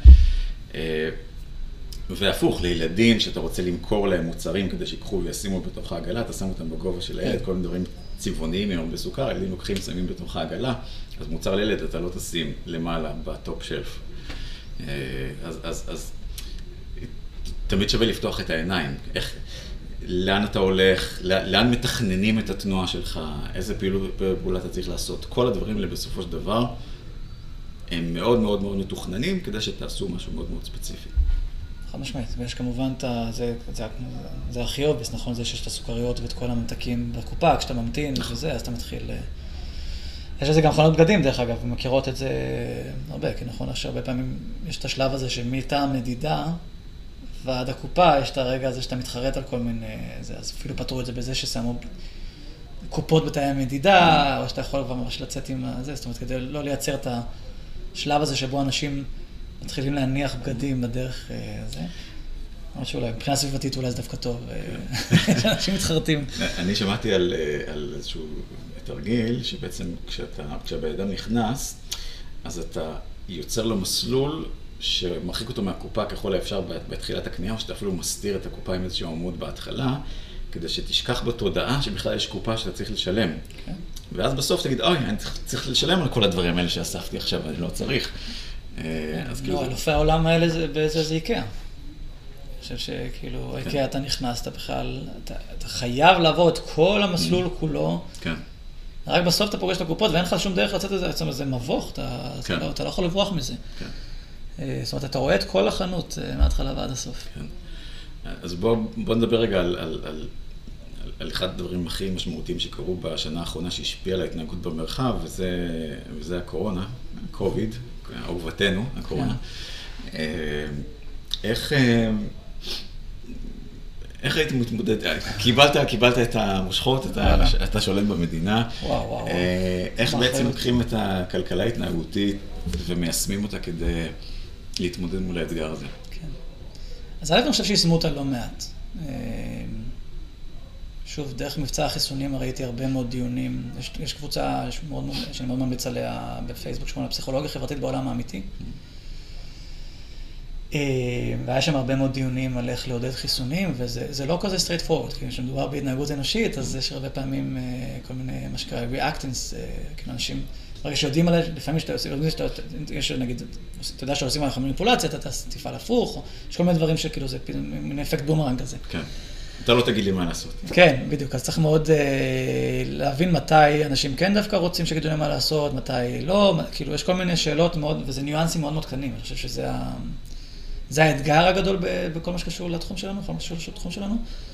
והפוך, לילדים שאתה רוצה למכור להם מוצרים כדי שיקחו וישימו בתוך העגלה, אתה שם אותם בגובה של הילד, כל מיני דברים צבעוניים עם בסוכר, ילדים לוקחים, שמים בתוך העגלה, אז מוצר לילד אתה לא תשים למעלה בטופ שלף. אז, אז, אז תמיד שווה לפתוח את העיניים. איך, לאן אתה הולך, לאן מתכננים את התנועה שלך, איזה פעולה אתה צריך לעשות. כל הדברים האלה בסופו של דבר הם מאוד מאוד מאוד מתוכננים כדי שתעשו משהו מאוד מאוד ספציפי. חד משמעית, ויש כמובן את זה, זה, זה הכי אובייס, נכון? זה שיש את הסוכריות ואת כל הממתקים בקופה, כשאתה ממתין וזה, אז אתה מתחיל... יש לזה גם מכונות בגדים, דרך אגב, ומכירות את זה הרבה, כי נכון, שהרבה פעמים יש את השלב הזה שמטעם מדידה, ועד הקופה יש את הרגע הזה שאתה מתחרט על כל מיני... זה, אז אפילו פתרו את זה בזה ששמו קופות בתאי המדידה, או שאתה יכול כבר ממש לצאת עם זה, זאת אומרת, כדי לא לייצר את השלב הזה שבו אנשים מתחילים להניח בגדים בדרך הזה. משהו אולי, מבחינה סביבתית אולי זה דווקא טוב, שאנשים מתחרטים. אני שמעתי על, על איזשהו תרגיל, שבעצם כשאתה, כשהבן אדם נכנס, אז אתה יוצר לו מסלול שמרחיק אותו מהקופה ככל האפשר בתחילת הקנייה, או שאתה אפילו מסתיר את הקופה עם איזשהו עמוד בהתחלה, כדי שתשכח בתודעה שבכלל יש קופה שאתה צריך לשלם. Okay. ואז בסוף תגיד, אוי, אני צריך לשלם על כל הדברים האלה שאספתי עכשיו, אני לא צריך. לא, אלופי העולם האלה באיזה זה איקאה. אני חושב שכאילו, איקאה אתה נכנסת בכלל, אתה חייב לעבור את כל המסלול כולו. כן. רק בסוף אתה פוגש את הקופות ואין לך שום דרך לצאת את זה, בעצם זה מבוך, אתה לא יכול לברוח מזה. זאת אומרת, אתה רואה את כל החנות מההתחלה ועד הסוף. כן. אז בוא נדבר רגע על על אחד הדברים הכי משמעותיים שקרו בשנה האחרונה שהשפיע על ההתנהגות במרחב, וזה, וזה הקורונה, הקוביד, אהובתנו, הקורונה. איך, איך היית מתמודד? קיבלת, קיבלת את המושכות, אתה, אתה שולט במדינה. וואו, וואו. איך בעצם לוקחים את הכלכלה ההתנהגותית ומיישמים אותה כדי להתמודד מול האתגר הזה? כן. אז אני חושב שיישמו אותה לא מעט. שוב, דרך מבצע החיסונים ראיתי הרבה מאוד דיונים. יש, יש קבוצה שמאוד, שאני מאוד ממליץ עליה בפייסבוק, שקוראים לה פסיכולוגיה חברתית בעולם האמיתי. והיה שם הרבה מאוד דיונים על איך לעודד חיסונים, וזה לא כזה straight forward, כי כשמדובר בהתנהגות אנושית, אז יש הרבה פעמים כל מיני, מה שקרה, reactants, כאילו אנשים, ברגע שיודעים עליהם, לפעמים שאתה עושה, יש נגיד, אתה יודע שעושים עליך מניפולציה, אתה תפעל הפוך, יש כל מיני דברים שכאילו זה מין אפקט בומרנג כזה. כן, אתה לא תגיד לי מה לעשות. כן, בדיוק, אז צריך מאוד להבין מתי אנשים כן דווקא רוצים שיגידו להם מה לעשות, מתי לא, כאילו יש כל מיני שאלות מאוד, וזה ניואנסים מאוד מאוד קטנים, אני חושב שזה ה... זה האתגר הגדול בכל מה שקשור לתחום שלנו, בכל מה שקשור לתחום שלנו.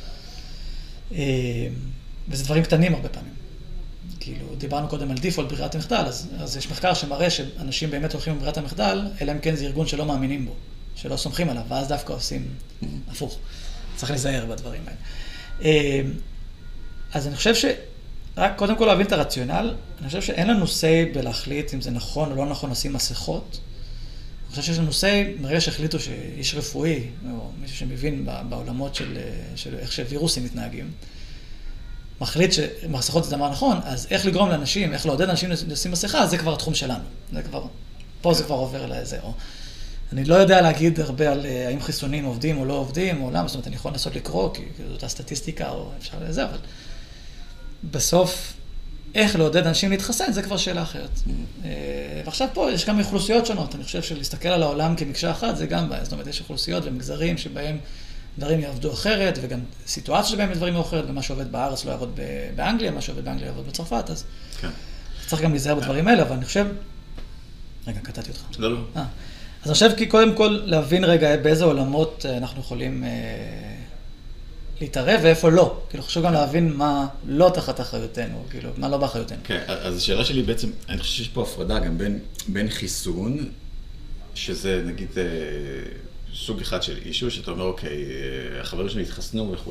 וזה דברים קטנים הרבה פעמים. כאילו, דיברנו קודם על דיפולט ברירת המחדל, אז, אז יש מחקר שמראה שאנשים באמת הולכים בברירת המחדל, אלא אם כן זה ארגון שלא מאמינים בו, שלא סומכים עליו, ואז דווקא עושים הפוך. צריך להיזהר בדברים האלה. אז אני חושב ש... רק קודם כל להבין את הרציונל, אני חושב שאין לנו say בלהחליט אם זה נכון או לא נכון לשים מסכות. אני חושב שיש לנו say, מרגע שהחליטו שאיש רפואי, או מישהו שמבין בעולמות של, של איך שווירוסים מתנהגים, מחליט שמסכות זה דבר נכון, אז איך לגרום לאנשים, איך לעודד אנשים לשים מסכה, זה כבר התחום שלנו. זה כבר, פה זה כבר עובר לזה. או, אני לא יודע להגיד הרבה על האם חיסונים עובדים או לא עובדים, או למה, זאת אומרת, אני יכול לנסות לקרוא, כי זאת הסטטיסטיקה, או אפשר לזה, אבל בסוף, איך לעודד אנשים להתחסן, זה כבר שאלה אחרת. ועכשיו פה יש גם אוכלוסיות שונות. אני חושב שלהסתכל על העולם כמקשה אחת, זה גם בעיה. זאת אומרת, יש אוכלוסיות ומגזרים שבהם דברים יעבדו אחרת, וגם סיטואציות שבהם דברים יעבדו אחרת, ומה שעובד בארץ לא יעבוד באנגליה, מה שעובד באנגליה יעבוד בצרפת, אז צריך גם להיזהר בדברים האלה, אבל אני חושב... רגע, קטעתי אותך. לא, לא. אז אני חושב כי קודם כל להבין רגע באיזה עולמות אנחנו יכולים להתערב ואיפה לא. כאילו חשוב גם להבין מה לא תחת אחריותנו, כאילו, מה לא באחריותנו. כן, אז השאלה שלי בעצם, אני חושב שיש פה הפרדה גם בין, בין חיסון, שזה נגיד סוג אחד של אישו, שאתה אומר, אוקיי, החברים שלי התחסנו וכו'.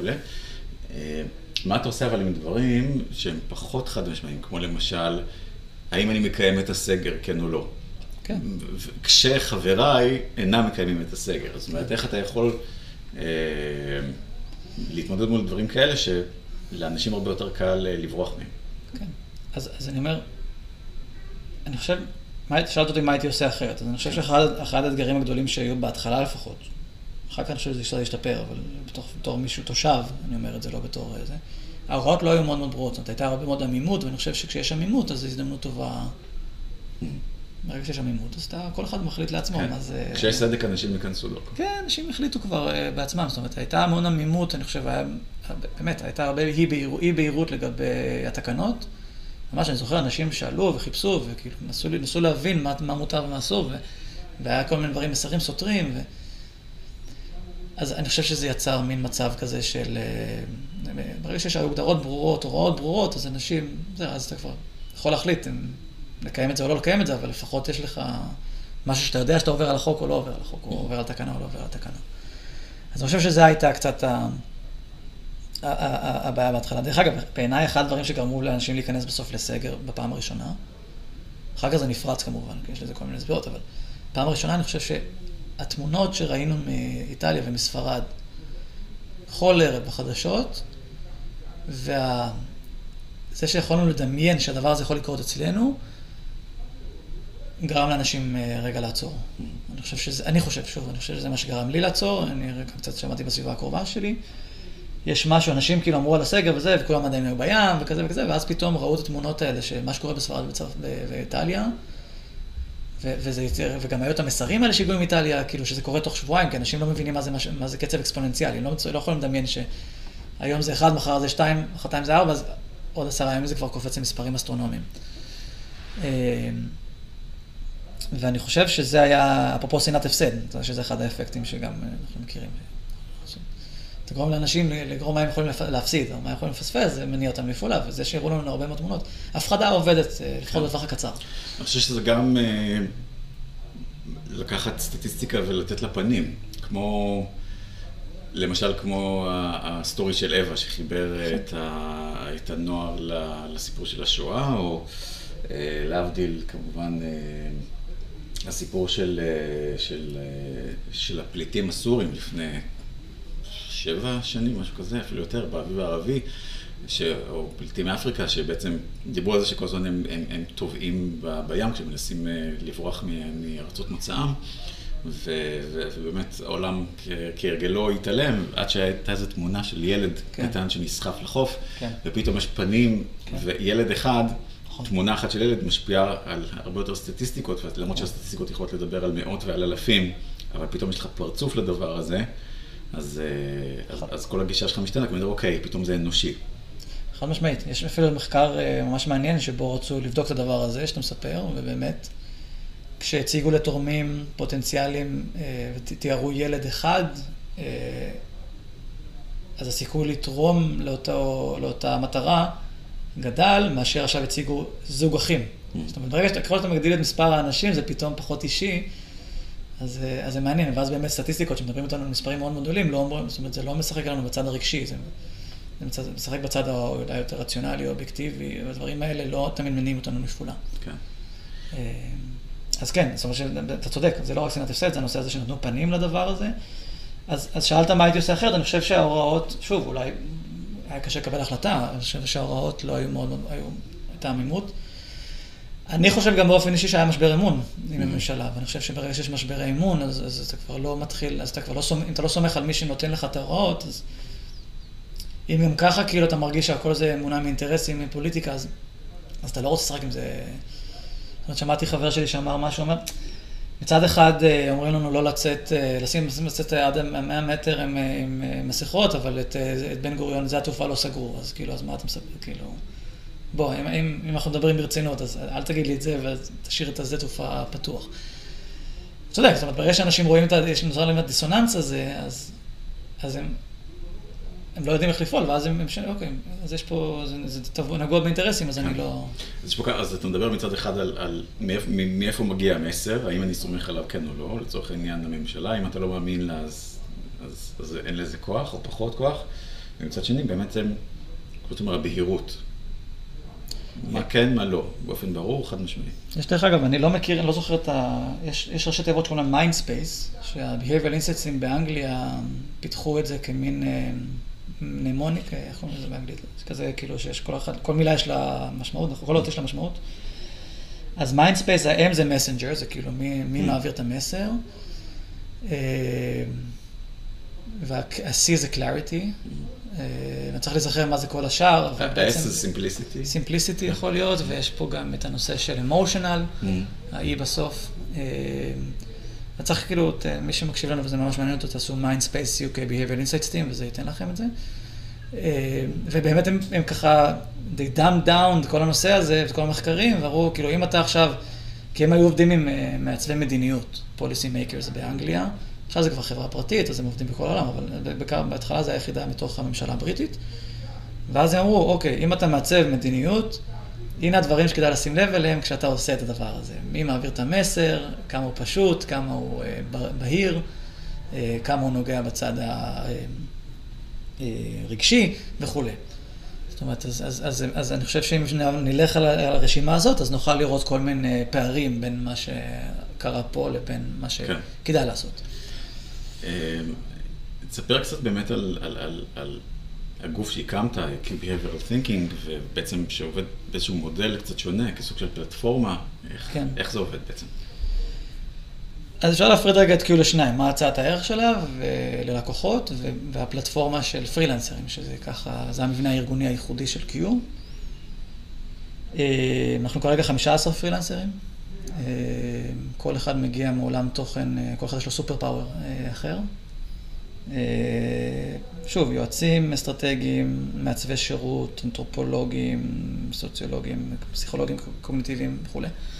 מה אתה עושה אבל עם דברים שהם פחות חד משמעיים, כמו למשל, האם אני מקיים את הסגר, כן או לא? כן. כשחבריי אינם מקיימים את הסגר. זאת אומרת, איך אתה יכול אה, להתמודד מול דברים כאלה שלאנשים הרבה יותר קל לברוח מהם? כן. אז, אז אני אומר, אני חושב, מה, שאלת אותי מה הייתי עושה אחרת. אז אני חושב שאחד האתגרים הגדולים שהיו בהתחלה לפחות, אחר כך אני חושב שזה ישתפר, אבל בתור, בתור מישהו תושב, אני אומר את זה לא בתור זה, ההוראות לא היו מאוד מאוד ברורות, זאת אומרת, הייתה הרבה מאוד עמימות, ואני חושב שכשיש עמימות, אז זו הזדמנות טובה. ברגע שיש עמימות, אז אתה, כל אחד מחליט לעצמו. כן. אז, כשיש צדק, אנשים יכנסו לו. כן, אנשים החליטו כבר uh, בעצמם, זאת אומרת, הייתה המון עמימות, אני חושב, היה, באמת, הייתה הרבה אי בהירות, אי בהירות לגבי התקנות. ממש, אני זוכר, אנשים שאלו וחיפשו, וכאילו, נסו, נסו להבין מה, מה מותר ומה אסור, ו, והיה כל מיני דברים, מסרים סותרים, ו... אז אני חושב שזה יצר מין מצב כזה של, ברגע שיש הגדרות ברורות, הוראות ברורות, אז אנשים, זה, אז אתה כבר יכול להחליט אם לקיים את זה או לא לקיים את זה, אבל לפחות יש לך משהו שאתה יודע שאתה עובר על החוק או לא עובר על החוק, או עובר על תקנה או לא עובר על תקנה. אז אני חושב שזה הייתה קצת הבעיה בהתחלה. דרך אגב, בעיניי אחד הדברים שגרמו לאנשים להיכנס בסוף לסגר בפעם הראשונה, אחר כך זה נפרץ כמובן, כי יש לזה כל מיני סבירות, אבל פעם הראשונה אני חושב ש... התמונות שראינו מאיטליה ומספרד, כל ערב בחדשות, וזה שיכולנו לדמיין שהדבר הזה יכול לקרות אצלנו, גרם לאנשים רגע לעצור. אני חושב שזה, אני חושב, שוב, אני חושב שזה מה שגרם לי לעצור, אני רגע קצת שמעתי בסביבה הקרובה שלי, יש משהו, אנשים כאילו אמרו על הסגר וזה, וכולם עדיין היו בים וכזה וכזה, ואז פתאום ראו את התמונות האלה, שמה שקורה בספרד ואיטליה, וזה יותר, וגם היו את המסרים האלה שהגיעו מאיטליה, כאילו שזה קורה תוך שבועיים, כי אנשים לא מבינים מה זה, מה זה קצב אקספוננציאלי, לא, לא יכולים לדמיין שהיום זה אחד, מחר זה שתיים, מחרתיים זה ארבע, אז עוד עשרה ימים זה כבר קופץ למספרים אסטרונומיים. ואני חושב שזה היה, אפרופו שנאת הפסד, שזה אחד האפקטים שגם אנחנו מכירים. תגרום לאנשים לגרום מה הם יכולים להפסיד, או מה הם יכולים לפספס, זה מניע אותם לפעולה, וזה שיראו לנו הרבה מאוד תמונות. הפחדה עובדת, לפחות בטווח הקצר. אני חושב שזה גם לקחת סטטיסטיקה ולתת לה פנים, כמו, למשל כמו הסטורי של אווה, שחיבר את הנוער לסיפור של השואה, או להבדיל כמובן הסיפור של, של, של הפליטים הסורים לפני שבע שנים, משהו כזה, אפילו יותר, באביב הערבי, ש... או פליטים מאפריקה, שבעצם דיברו על זה שכל הזמן הם, הם, הם טובעים ב, בים, כשמנסים לברוח מארצות מוצאם, ו, ו, ובאמת העולם כהרגלו התעלם, עד שהייתה איזו תמונה של ילד כן. קטן שנסחף לחוף, כן. ופתאום יש פנים, כן. וילד אחד, נכון. תמונה אחת של ילד משפיעה על הרבה יותר סטטיסטיקות, ולמרות כן. שהסטטיסטיקות יכולות לדבר על מאות ועל אלפים, אבל פתאום יש לך פרצוף לדבר הזה, אז, אז, אז כל הגישה שלך משתנה, כי אני אומר, אוקיי, פתאום זה אנושי. חד משמעית. יש אפילו מחקר ממש מעניין שבו רצו לבדוק את הדבר הזה, שאתה מספר, ובאמת, כשהציגו לתורמים פוטנציאליים ותיארו ילד אחד, אז הסיכוי לתרום לאותו, לאותה מטרה גדל, מאשר עכשיו הציגו זוג אחים. Mm. זאת אומרת, ברגע שאתה, ככל שאתה מגדיל את מספר האנשים, זה פתאום פחות אישי, אז, אז זה מעניין. ואז באמת סטטיסטיקות שמדברים איתנו על מספרים מאוד מאוד גדולים, לא אומרים, זאת אומרת, זה לא משחק לנו בצד הרגשי, זה, זה משחק בצד היותר רציונלי, אובייקטיבי, והדברים האלה לא תמיד מניעים אותנו לפעולה. כן. אז כן, זאת אומרת, אתה צודק, זה לא רק שנאת הפסד, זה הנושא הזה שנתנו פנים לדבר הזה. אז, אז שאלת מה הייתי עושה אחרת, אני חושב שההוראות, שוב, אולי היה קשה לקבל החלטה, אני חושב שההוראות לא היו מאוד, היו, הייתה עמימות. אני חושב גם באופן אישי שהיה משבר אמון עם הממשלה, ואני חושב שברגע שיש משבר אמון, אז, אז אתה כבר לא מתחיל, אז אתה כבר לא סומך, אם אתה לא סומך על מי שנותן לך את ההוראות, אז אם גם ככה כאילו אתה מרגיש שהכל זה אמונה מאינטרסים, מפוליטיקה, אז, אז אתה לא רוצה לשחק עם זה. זאת אומרת, שמעתי חבר שלי שאמר משהו, אומר, מצד אחד אומרים לנו לא לצאת, לשים, לצאת עד מאה מטר עם, עם מסכות, אבל את, את בן גוריון, זה התעופה לא סגרו, אז כאילו, אז מה אתה מספר, כאילו, בוא, אם, אם, אם אנחנו מדברים ברצינות, אז אל תגיד לי את זה, ותשאיר את הזה תעופה פתוח. אתה יודע, זאת אומרת, ברגע שאנשים רואים את, יש נוצר להם את הדיסוננס הזה, אז, אז הם, הם לא יודעים איך לפעול, ואז הם, הם אוקיי, אז יש פה, זה, זה טוב, נגוע באינטרסים, אז אני לא... אז, פה, אז אתה מדבר מצד אחד על, על מאיפה, מאיפה מגיע המסר, האם אני סומך עליו כן או לא, לצורך העניין הממשלה, אם אתה לא מאמין לה, אז, אז, אז אין לזה כוח או פחות כוח, ומצד שני, באמת הם, זאת אומרת, הבהירות. מה כן, מה לא, באופן ברור, חד משמעי. יש דרך אגב, אני לא מכיר, אני לא זוכר את ה... יש, יש ראשי תיבות שקוראים להם Mindspace, שה-Behavioral Insights באנגליה פיתחו את זה כמין מנמוניק, איך קוראים לזה באנגלית? זה כזה כאילו שיש כל אחד, כל מילה יש לה משמעות, כל עוד יש לה משמעות. אז Mindspace, ה-M זה Messenger, זה כאילו מי, מי מעביר את המסר. וה-C זה Clarity. אני צריך לזכר מה זה כל השאר. ה-S זה Simplicity. Simplicity יכול להיות, ויש פה גם את הנושא של Emotional, ה-E בסוף. אני צריך כאילו, מי שמקשיב לנו וזה ממש מעניין אותו, תעשו Mindspace יו קיי Behavioral Insights Team, וזה ייתן לכם את זה. ובאמת הם, הם ככה, they dumbed down כל הנושא הזה, וכל המחקרים, ואמרו, כאילו, אם אתה עכשיו, כי הם היו עובדים עם מעצבי מדיניות, policy makers באנגליה, עכשיו זה כבר חברה פרטית, אז הם עובדים בכל העולם, אבל בעיקר בהתחלה זה היחידה מתוך הממשלה הבריטית. ואז הם אמרו, אוקיי, אם אתה מעצב מדיניות, הנה הדברים שכדאי לשים לב אליהם כשאתה עושה את הדבר הזה. מי מעביר את המסר, כמה הוא פשוט, כמה הוא בהיר, כמה הוא נוגע בצד הרגשי וכו'. זאת אומרת, אז, אז, אז, אז אני חושב שאם נלך על הרשימה הזאת, אז נוכל לראות כל מיני פערים בין מה שקרה פה לבין מה שכדאי לעשות. תספר קצת באמת על, על, על, על הגוף שהקמת, Behavioral Thinking, ובעצם שעובד באיזשהו מודל קצת שונה, כסוג של פלטפורמה, איך, כן. איך זה עובד בעצם? אז אפשר להפריד רגע את קיו לשניים, מה הצעת הערך שלה ללקוחות, והפלטפורמה של פרילנסרים, שזה ככה, זה המבנה הארגוני הייחודי של קיו. אנחנו כרגע חמישה עשר פרילנסרים, כל אחד מגיע מעולם תוכן, כל אחד יש לו סופר פאוור אחר. שוב, יועצים אסטרטגיים, מעצבי שירות, אנתרופולוגים, סוציולוגים, פסיכולוגים קוגניטיביים וכו'.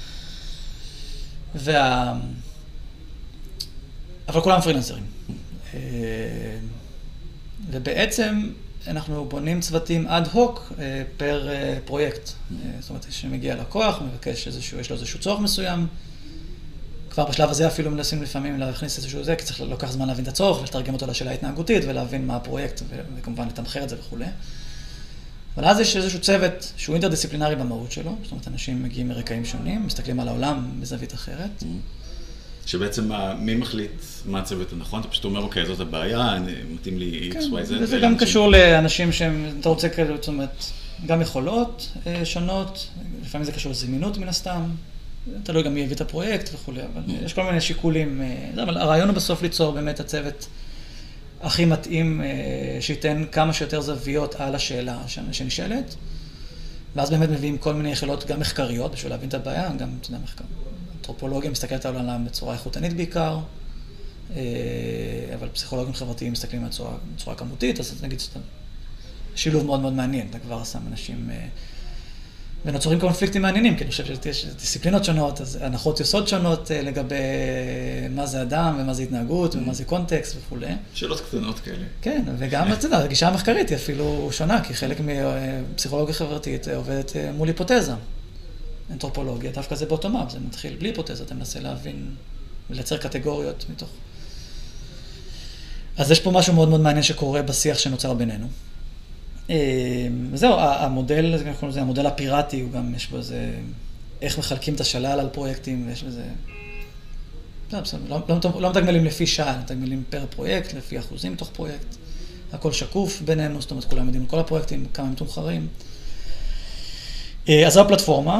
וה... אבל כולם פרילנסרים. ובעצם אנחנו בונים צוותים אד הוק פר פרויקט. זאת אומרת, כשמגיע לקוח, מבקש איזשהו, יש לו איזשהו צורך מסוים, כבר בשלב הזה אפילו מנסים לפעמים להכניס איזשהו זה, כי צריך לוקח זמן להבין את הצורך, ולתרגם אותו לשאלה ההתנהגותית, ולהבין מה הפרויקט, וכמובן לתמחר את זה וכו'. אבל אז יש איזשהו צוות שהוא אינטרדיסציפלינרי במהות שלו, זאת אומרת, אנשים מגיעים מרקעים שונים, מסתכלים על העולם בזווית אחרת. שבעצם מי מחליט מה הצוות הנכון? אתה פשוט אומר, אוקיי, זאת הבעיה, מתאים לי X, Y, Z. וזה גם קשור לאנשים שהם, אתה רוצה כאלה, זאת אומרת, גם יכולות שונות, לפעמים זה קשור לזמינות מן הסתם, תלוי גם מי הביא את הפרויקט וכו', אבל יש כל מיני שיקולים. אבל הרעיון הוא בסוף ליצור באמת הצוות הכי מתאים, שייתן כמה שיותר זוויות על השאלה שנשאלת, ואז באמת מביאים כל מיני יכולות גם מחקריות בשביל להבין את הבעיה, גם, אתה יודע, מחקר. אנתרופולוגיה מסתכלת על העולם בצורה איכותנית בעיקר, אבל פסיכולוגים חברתיים מסתכלים בצורה, בצורה כמותית, אז נגיד שאתה שילוב מאוד מאוד מעניין, אתה כבר שם אנשים, ונוצרים קונפליקטים מעניינים, כי אני חושב שיש דיסציפלינות שונות, אז הנחות יסוד שונות לגבי מה זה אדם, ומה זה התנהגות, ומה זה קונטקסט וכו'. שאלות קטנות כאלה. כן, וגם, אתה יודע, הגישה המחקרית היא אפילו שונה, כי חלק מפסיכולוגיה חברתית עובדת מול היפותזה. אנתרופולוגיה, דווקא זה באוטומט, זה מתחיל בלי היפותזה, אתה מנסה להבין ולייצר קטגוריות מתוך. אז יש פה משהו מאוד מאוד מעניין שקורה בשיח שנוצר בינינו. וזהו, המודל, זה המודל הפיראטי, הוא גם, יש בו איזה, איך מחלקים את השלל על פרויקטים, ויש בזה, לא, לא, לא מתגמלים לפי שעה, מתגמלים פר פרויקט, לפי אחוזים מתוך פרויקט. הכל שקוף בינינו, זאת אומרת, כולם יודעים כל הפרויקטים, כמה הם תומחרים. אז זו הפלטפורמה,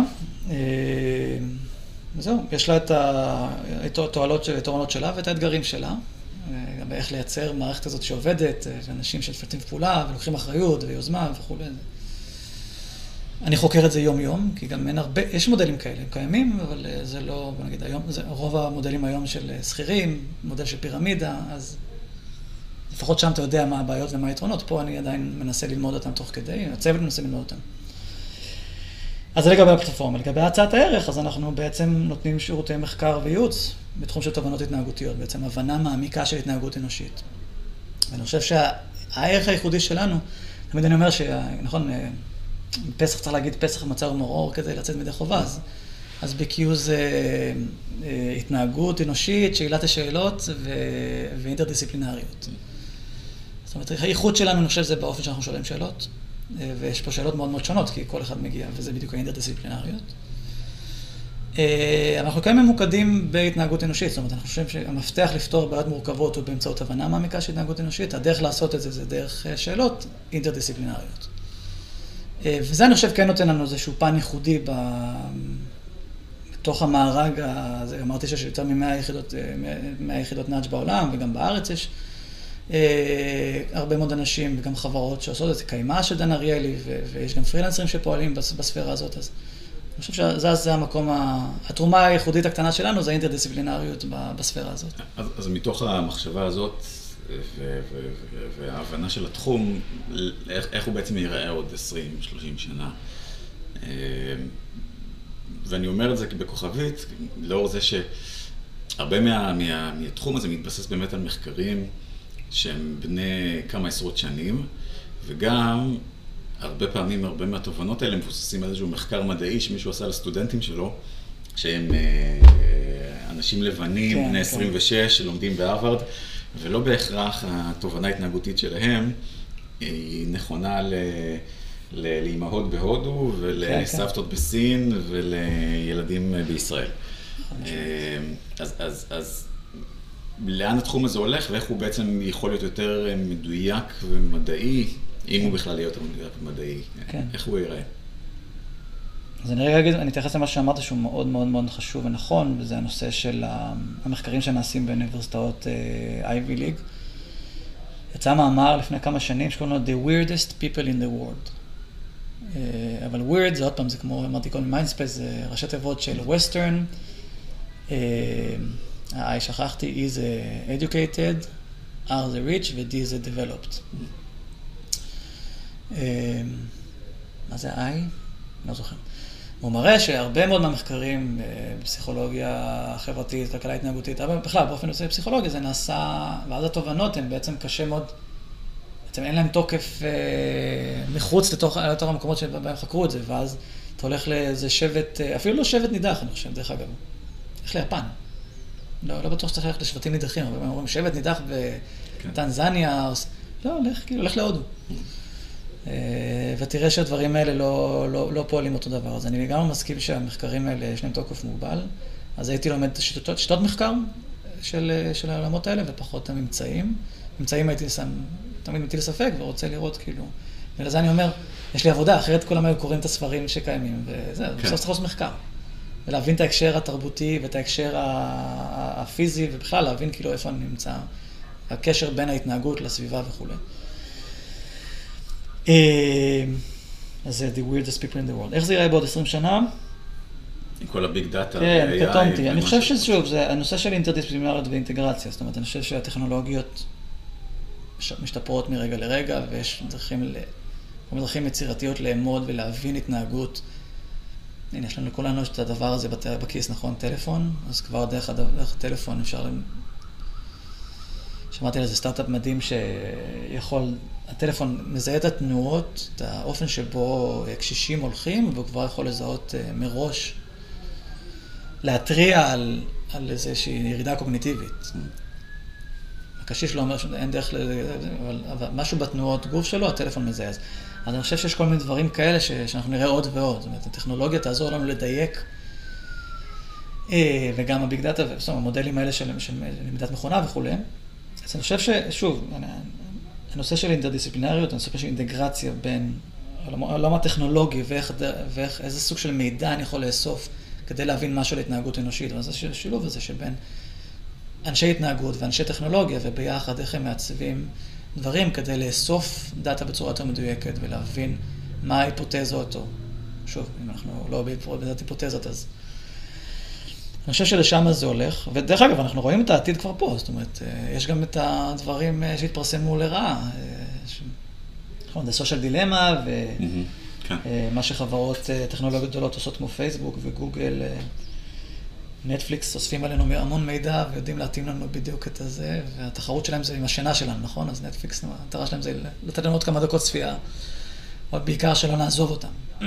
וזהו, יש לה את התועלות שלה ואת האתגרים שלה, גם באיך לייצר מערכת הזאת שעובדת, ואנשים שמשתפים פעולה ולוקחים אחריות ויוזמה וכו'. אני חוקר את זה יום-יום, כי גם אין הרבה, יש מודלים כאלה, הם קיימים, אבל זה לא, בוא נגיד, היום, זה, רוב המודלים היום של שכירים, מודל של פירמידה, אז לפחות שם אתה יודע מה הבעיות ומה היתרונות, פה אני עדיין מנסה ללמוד אותם תוך כדי, הצוות מנסה ללמוד אותם. אז זה לגבי הפלטפורמה. לגבי הצעת הערך, אז אנחנו בעצם נותנים שירותי מחקר וייעוץ בתחום של תובנות התנהגותיות, בעצם הבנה מעמיקה של התנהגות אנושית. ואני חושב שהערך הייחודי שלנו, תמיד אני אומר שנכון, פסח צריך להגיד פסח מצה ומרור כדי לצאת מדי חובה, אז, אז ב-Q זה אה, התנהגות אנושית, שאלת השאלות ו... ואינטרדיסציפלינריות. זאת אומרת, הייחוד שלנו, אני חושב, זה באופן שאנחנו שואלים שאלות. ויש פה שאלות מאוד מאוד שונות, כי כל אחד מגיע, וזה בדיוק האינטרדיסציפלינריות. אנחנו כאן ממוקדים בהתנהגות אנושית, זאת אומרת, אנחנו חושבים שהמפתח לפתור בעיות מורכבות הוא באמצעות הבנה מעמיקה של התנהגות אנושית, הדרך לעשות את זה זה דרך שאלות אינטרדיסציפלינריות. וזה אני חושב כן נותן לנו איזשהו פן ייחודי בתוך המארג, אמרתי שיש יותר מ-מאה יחידות, מאה יחידות נאג' בעולם, וגם בארץ יש הרבה מאוד אנשים וגם חברות שעושות את זה, קיימה של דן אריאלי, ויש גם פרילנסרים שפועלים בספירה הזאת, אז אני חושב שזה המקום, התרומה הייחודית הקטנה שלנו, זה האינטרדיסציפלינריות בספירה הזאת. אז, אז מתוך המחשבה הזאת וההבנה של התחום, איך, איך הוא בעצם ייראה עוד עשרים שלושים שנה? ואני אומר את זה בכוכבית, לאור זה שהרבה מה, מה, מהתחום הזה מתבסס באמת על מחקרים, שהם בני כמה עשרות שנים, וגם הרבה פעמים, הרבה מהתובנות האלה מבוססים על איזשהו מחקר מדעי שמישהו עשה לסטודנטים שלו, שהם אנשים לבנים, כן, בני כן. עשרים ושש, שלומדים בהרווארד, ולא בהכרח התובנה ההתנהגותית שלהם היא נכונה ל... לאימהות בהודו ולסבתות כן, בסין כן. ולילדים בישראל. אז, אז, אז לאן התחום הזה הולך ואיך הוא בעצם יכול להיות יותר מדויק ומדעי, אם הוא בכלל יהיה יותר מדויק ומדעי, כן. איך הוא ייראה? אז אני רגע אגיד, אני אתייחס למה שאמרת שהוא מאוד מאוד מאוד חשוב ונכון, וזה הנושא של המחקרים שנעשים באוניברסיטאות Ivy League. יצא מאמר לפני כמה שנים שקוראים לו The Weirdest People in the World. אבל weird זה עוד פעם, זה כמו אמרתי קודם מיינדספייס, זה ראשי תיבות של Western, I שכחתי, E זה educated, R זה rich ו-D זה developed. מה זה I? לא זוכר. הוא מראה שהרבה מאוד מהמחקרים בפסיכולוגיה חברתית, כלכלה התנהגותית, אבל בכלל באופן נושא פסיכולוגיה זה נעשה, ואז התובנות הן בעצם קשה מאוד, בעצם אין להם תוקף אה, מחוץ לתוך, לתוך המקומות שבהם חקרו את זה, ואז אתה הולך לאיזה שבט, אפילו לא שבט נידח, אני חושב, דרך אגב. הולך ליפן. לא, לא בטוח שצריך ללכת לשבטים נידחים, אבל הם אומרים, שבט נידח בטנזניה, לא, הולך, כאילו, הולך להודו. ותראה שהדברים האלה לא, לא, לא פועלים אותו דבר. אז אני גם מסכים שהמחקרים האלה יש להם תוקף מוגבל, אז הייתי לומד שיטות, שיטות מחקר של, של העולמות האלה, ופחות הממצאים. ממצאים הייתי שם, תמיד מטיל ספק, ורוצה לראות, כאילו, ולזה אני אומר, יש לי עבודה, אחרת כולם היו קוראים את הספרים שקיימים, וזה, כן. בסוף צריך לעשות מחקר. ולהבין את ההקשר התרבותי ואת ההקשר הפיזי, ובכלל להבין כאילו איפה אני נמצא, הקשר בין ההתנהגות לסביבה וכו'. אז זה the weirdest people in the world. איך זה ייראה בעוד עשרים שנה? עם כל הביג דאטה, כן, קטונתי. אני חושב ששוב, זה הנושא של אינטרדיסציפלינריות ואינטגרציה. זאת אומרת, אני חושב שהטכנולוגיות משתפרות מרגע לרגע, ויש דרכים, דרכים יצירתיות לאמוד ולהבין התנהגות. הנה, יש לנו לכולנו את הדבר הזה בכיס, נכון? טלפון, אז כבר דרך הטלפון אפשר... שמעתי על איזה סטארט-אפ מדהים שיכול... הטלפון מזהה את התנועות, את האופן שבו קשישים הולכים, והוא כבר יכול לזהות מראש, להתריע על, על איזושהי ירידה קוגניטיבית. הקשיש לא אומר שאין דרך, אבל, אבל משהו בתנועות גוף שלו, הטלפון מזהה. אז, אז אני חושב שיש כל מיני דברים כאלה ש, שאנחנו נראה עוד ועוד. זאת אומרת, הטכנולוגיה תעזור לנו לדייק, וגם הביג דאטה, זאת אומרת, המודלים האלה של, של למידת מכונה וכו'. אז אני חושב ששוב, הנושא של אינטרדיסציפלינריות, הנושא של אינטגרציה בין העולם הטכנולוגי ואיך, ואיך, איזה סוג של מידע אני יכול לאסוף כדי להבין משהו להתנהגות אנושית. וזה השילוב הזה שבין אנשי התנהגות ואנשי טכנולוגיה, וביחד איך הם מעצבים דברים כדי לאסוף דאטה בצורה יותר מדויקת ולהבין מה ההיפותזות, או שוב, אם אנחנו לא בדעת היפותזות, אז אני חושב שלשם זה הולך, ודרך אגב, אנחנו רואים את העתיד כבר פה, זאת אומרת, יש גם את הדברים שהתפרסמו לרעה, נכון, זה סושיאל דילמה, ומה שחברות טכנולוגיות גדולות עושות כמו פייסבוק וגוגל, נטפליקס אוספים עלינו המון מידע ויודעים להתאים לנו בדיוק את הזה, והתחרות שלהם זה עם השינה שלנו, נכון? אז נטפליקס, המטרה שלהם זה לתת לנו עוד כמה דקות צפייה, אבל בעיקר שלא נעזוב אותם.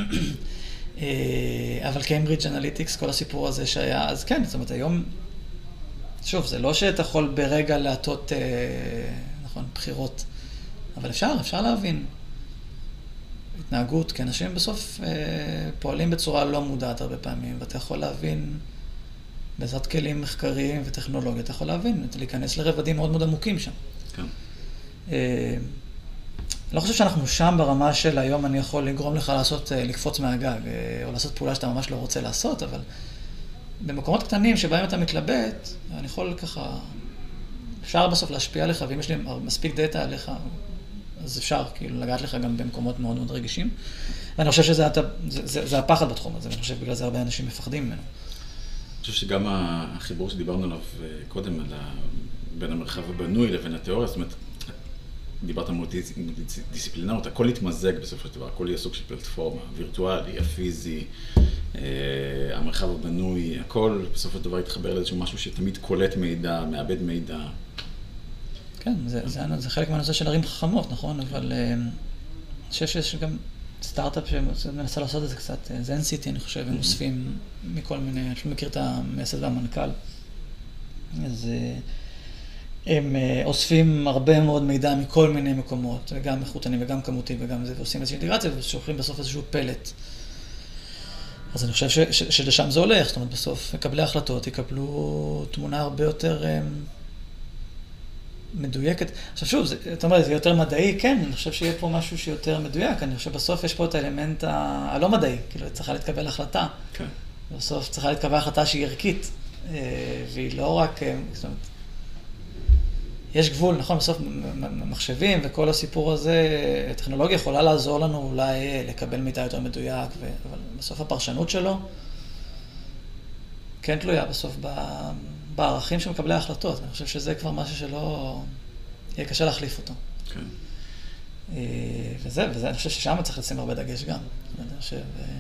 אבל קיימברידג' אנליטיקס, כל הסיפור הזה שהיה, אז כן, זאת אומרת, היום, שוב, זה לא שאתה יכול ברגע להטות, נכון, בחירות, אבל אפשר, אפשר להבין התנהגות, כי אנשים בסוף פועלים בצורה לא מודעת הרבה פעמים, ואתה יכול להבין בעזרת כלים מחקריים וטכנולוגיה, אתה יכול להבין, להיכנס לרבדים מאוד מאוד עמוקים שם. כן. אני לא חושב שאנחנו שם ברמה של היום אני יכול לגרום לך לעשות, לקפוץ מהגג, או לעשות פעולה שאתה ממש לא רוצה לעשות, אבל במקומות קטנים שבהם אתה מתלבט, אני יכול ככה, אפשר בסוף להשפיע עליך, ואם יש לי מספיק דאטה עליך, אז אפשר כאילו לגעת לך גם במקומות מאוד מאוד רגישים. ואני חושב שזה זה, זה, זה הפחד בתחום הזה, ואני חושב בגלל זה הרבה אנשים מפחדים ממנו. אני חושב שגם החיבור שדיברנו עליו קודם, על בין המרחב הבנוי לבין התיאוריה, זאת אומרת, דיברת מולטי-דיסציפלינריות, הכל יתמזג בסופו של דבר, הכל יהיה סוג של פלטפורמה, הווירטואלי, הפיזי, המרחב הבנוי, הכל בסופו של דבר יתחבר לאיזשהו משהו שתמיד קולט מידע, מאבד מידע. כן, זה, זה, זה חלק מהנושא של ערים חכמות, נכון? אבל אני חושב שיש גם סטארט-אפ שמנסה לעשות את זה קצת, זן-סיטי, אני חושב, הם אוספים מכל מיני, אני חושב מכיר את המייסד והמנכ"ל, אז הם אוספים הרבה מאוד מידע מכל מיני מקומות, גם איכותני וגם כמותי וגם זה, ועושים איזושהי אינטגרציה ושולחים בסוף איזשהו פלט. אז אני חושב ש, ש, שלשם זה הולך, זאת אומרת, בסוף מקבלי ההחלטות יקבלו תמונה הרבה יותר מדויקת. עכשיו שוב, זה, אתה אומר, זה יותר מדעי, כן, אני חושב שיהיה פה משהו שיותר מדויק, אני חושב בסוף יש פה את האלמנט ה... הלא מדעי, כאילו צריכה להתקבל החלטה. כן. בסוף צריכה להתקבל החלטה שהיא ערכית, והיא לא רק, זאת אומרת, יש גבול, נכון, בסוף מחשבים וכל הסיפור הזה, טכנולוגיה יכולה לעזור לנו אולי לקבל מידע יותר מדויק, ו... אבל בסוף הפרשנות שלו כן תלויה בסוף ב... בערכים של מקבלי ההחלטות. אני חושב שזה כבר משהו שלא יהיה קשה להחליף אותו. כן. וזה, וזה, אני חושב ששם צריך לשים הרבה דגש גם. אני חושב,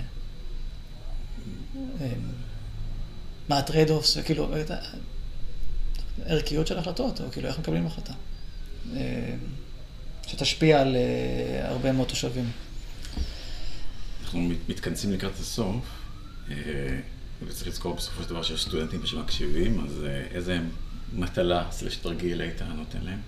מה הטרייד-אופס, וכאילו, ערכיות של החלטות, או כאילו איך מקבלים החלטה. שתשפיע על הרבה מאוד תושבים. אנחנו מתכנסים לקראת הסוף, וצריך לזכור בסופו של דבר שיש סטודנטים שמקשיבים, אז איזה מטלה, סלש תרגיל היית נותן להם?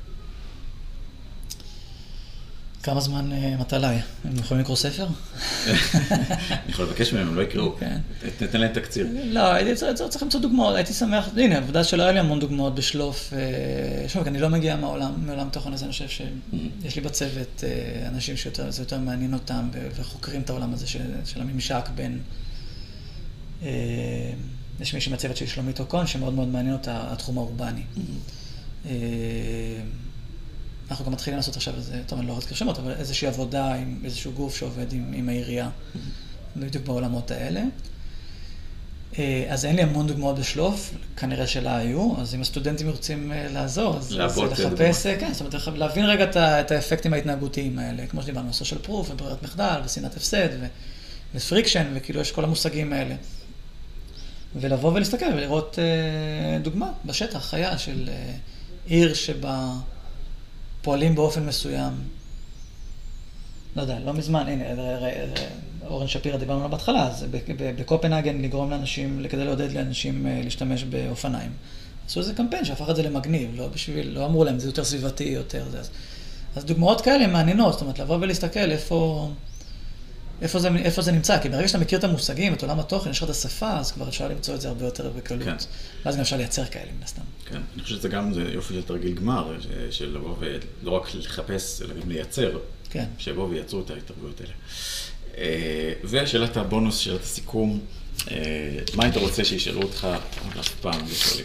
כמה זמן מטלה? הם יכולים לקרוא ספר? אני יכול לבקש מהם, הם לא יקראו. נתן להם תקציר. לא, הייתי צריך למצוא דוגמאות, הייתי שמח, הנה, עבודה שלא היה לי המון דוגמאות בשלוף. שוב, אני לא מגיע מעולם תוכן הזה, אני חושב שיש לי בצוות אנשים שזה יותר מעניין אותם, וחוקרים את העולם הזה של הממשק בין... יש מישהי מהצוות של שלומית אוקון, שמאוד מאוד מעניין אותה התחום האורבני. אנחנו גם מתחילים לעשות עכשיו איזה, טוב, אני לא רוצה שמות, אבל איזושהי עבודה עם איזשהו גוף שעובד עם, עם העירייה, בדיוק בעולמות האלה. אז אין לי המון דוגמאות בשלוף, כנראה שלה היו, אז אם הסטודנטים רוצים לעזור, אז לחפש, כן, זאת אומרת, להבין רגע את האפקטים ההתנהגותיים האלה, כמו שדיברנו, social proof, וברירת מחדל, ושנאת הפסד, ופריקשן, וכאילו יש כל המושגים האלה. ולבוא ולהסתכל ולראות דוגמה בשטח, חיה של עיר שבה פועלים באופן מסוים. לא יודע, לא מזמן, הנה, אורן שפירא דיברנו עליו בהתחלה, אז בקופנהגן לגרום לאנשים, כדי לעודד לאנשים להשתמש באופניים. עשו איזה קמפיין שהפך את זה למגניב, לא בשביל, לא אמרו להם, זה יותר סביבתי, יותר זה. אז דוגמאות כאלה מעניינות, זאת אומרת, לבוא ולהסתכל איפה, איפה זה, איפה זה נמצא, כי ברגע שאתה מכיר את המושגים, את עולם התוכן, יש לך את השפה, אז כבר אפשר למצוא את זה הרבה יותר בקלות. כן. ואז גם אפשר לייצר כאלה, מן הסתם. כן, אני חושב שזה גם יופי של תרגיל גמר, של לבוא ולא רק לחפש, אלא גם לייצר. כן. שיבואו וייצרו את ההתערבויות האלה. ושאלת הבונוס, שאלת הסיכום, מה היית רוצה שישאלו אותך אף פעם לשאולים?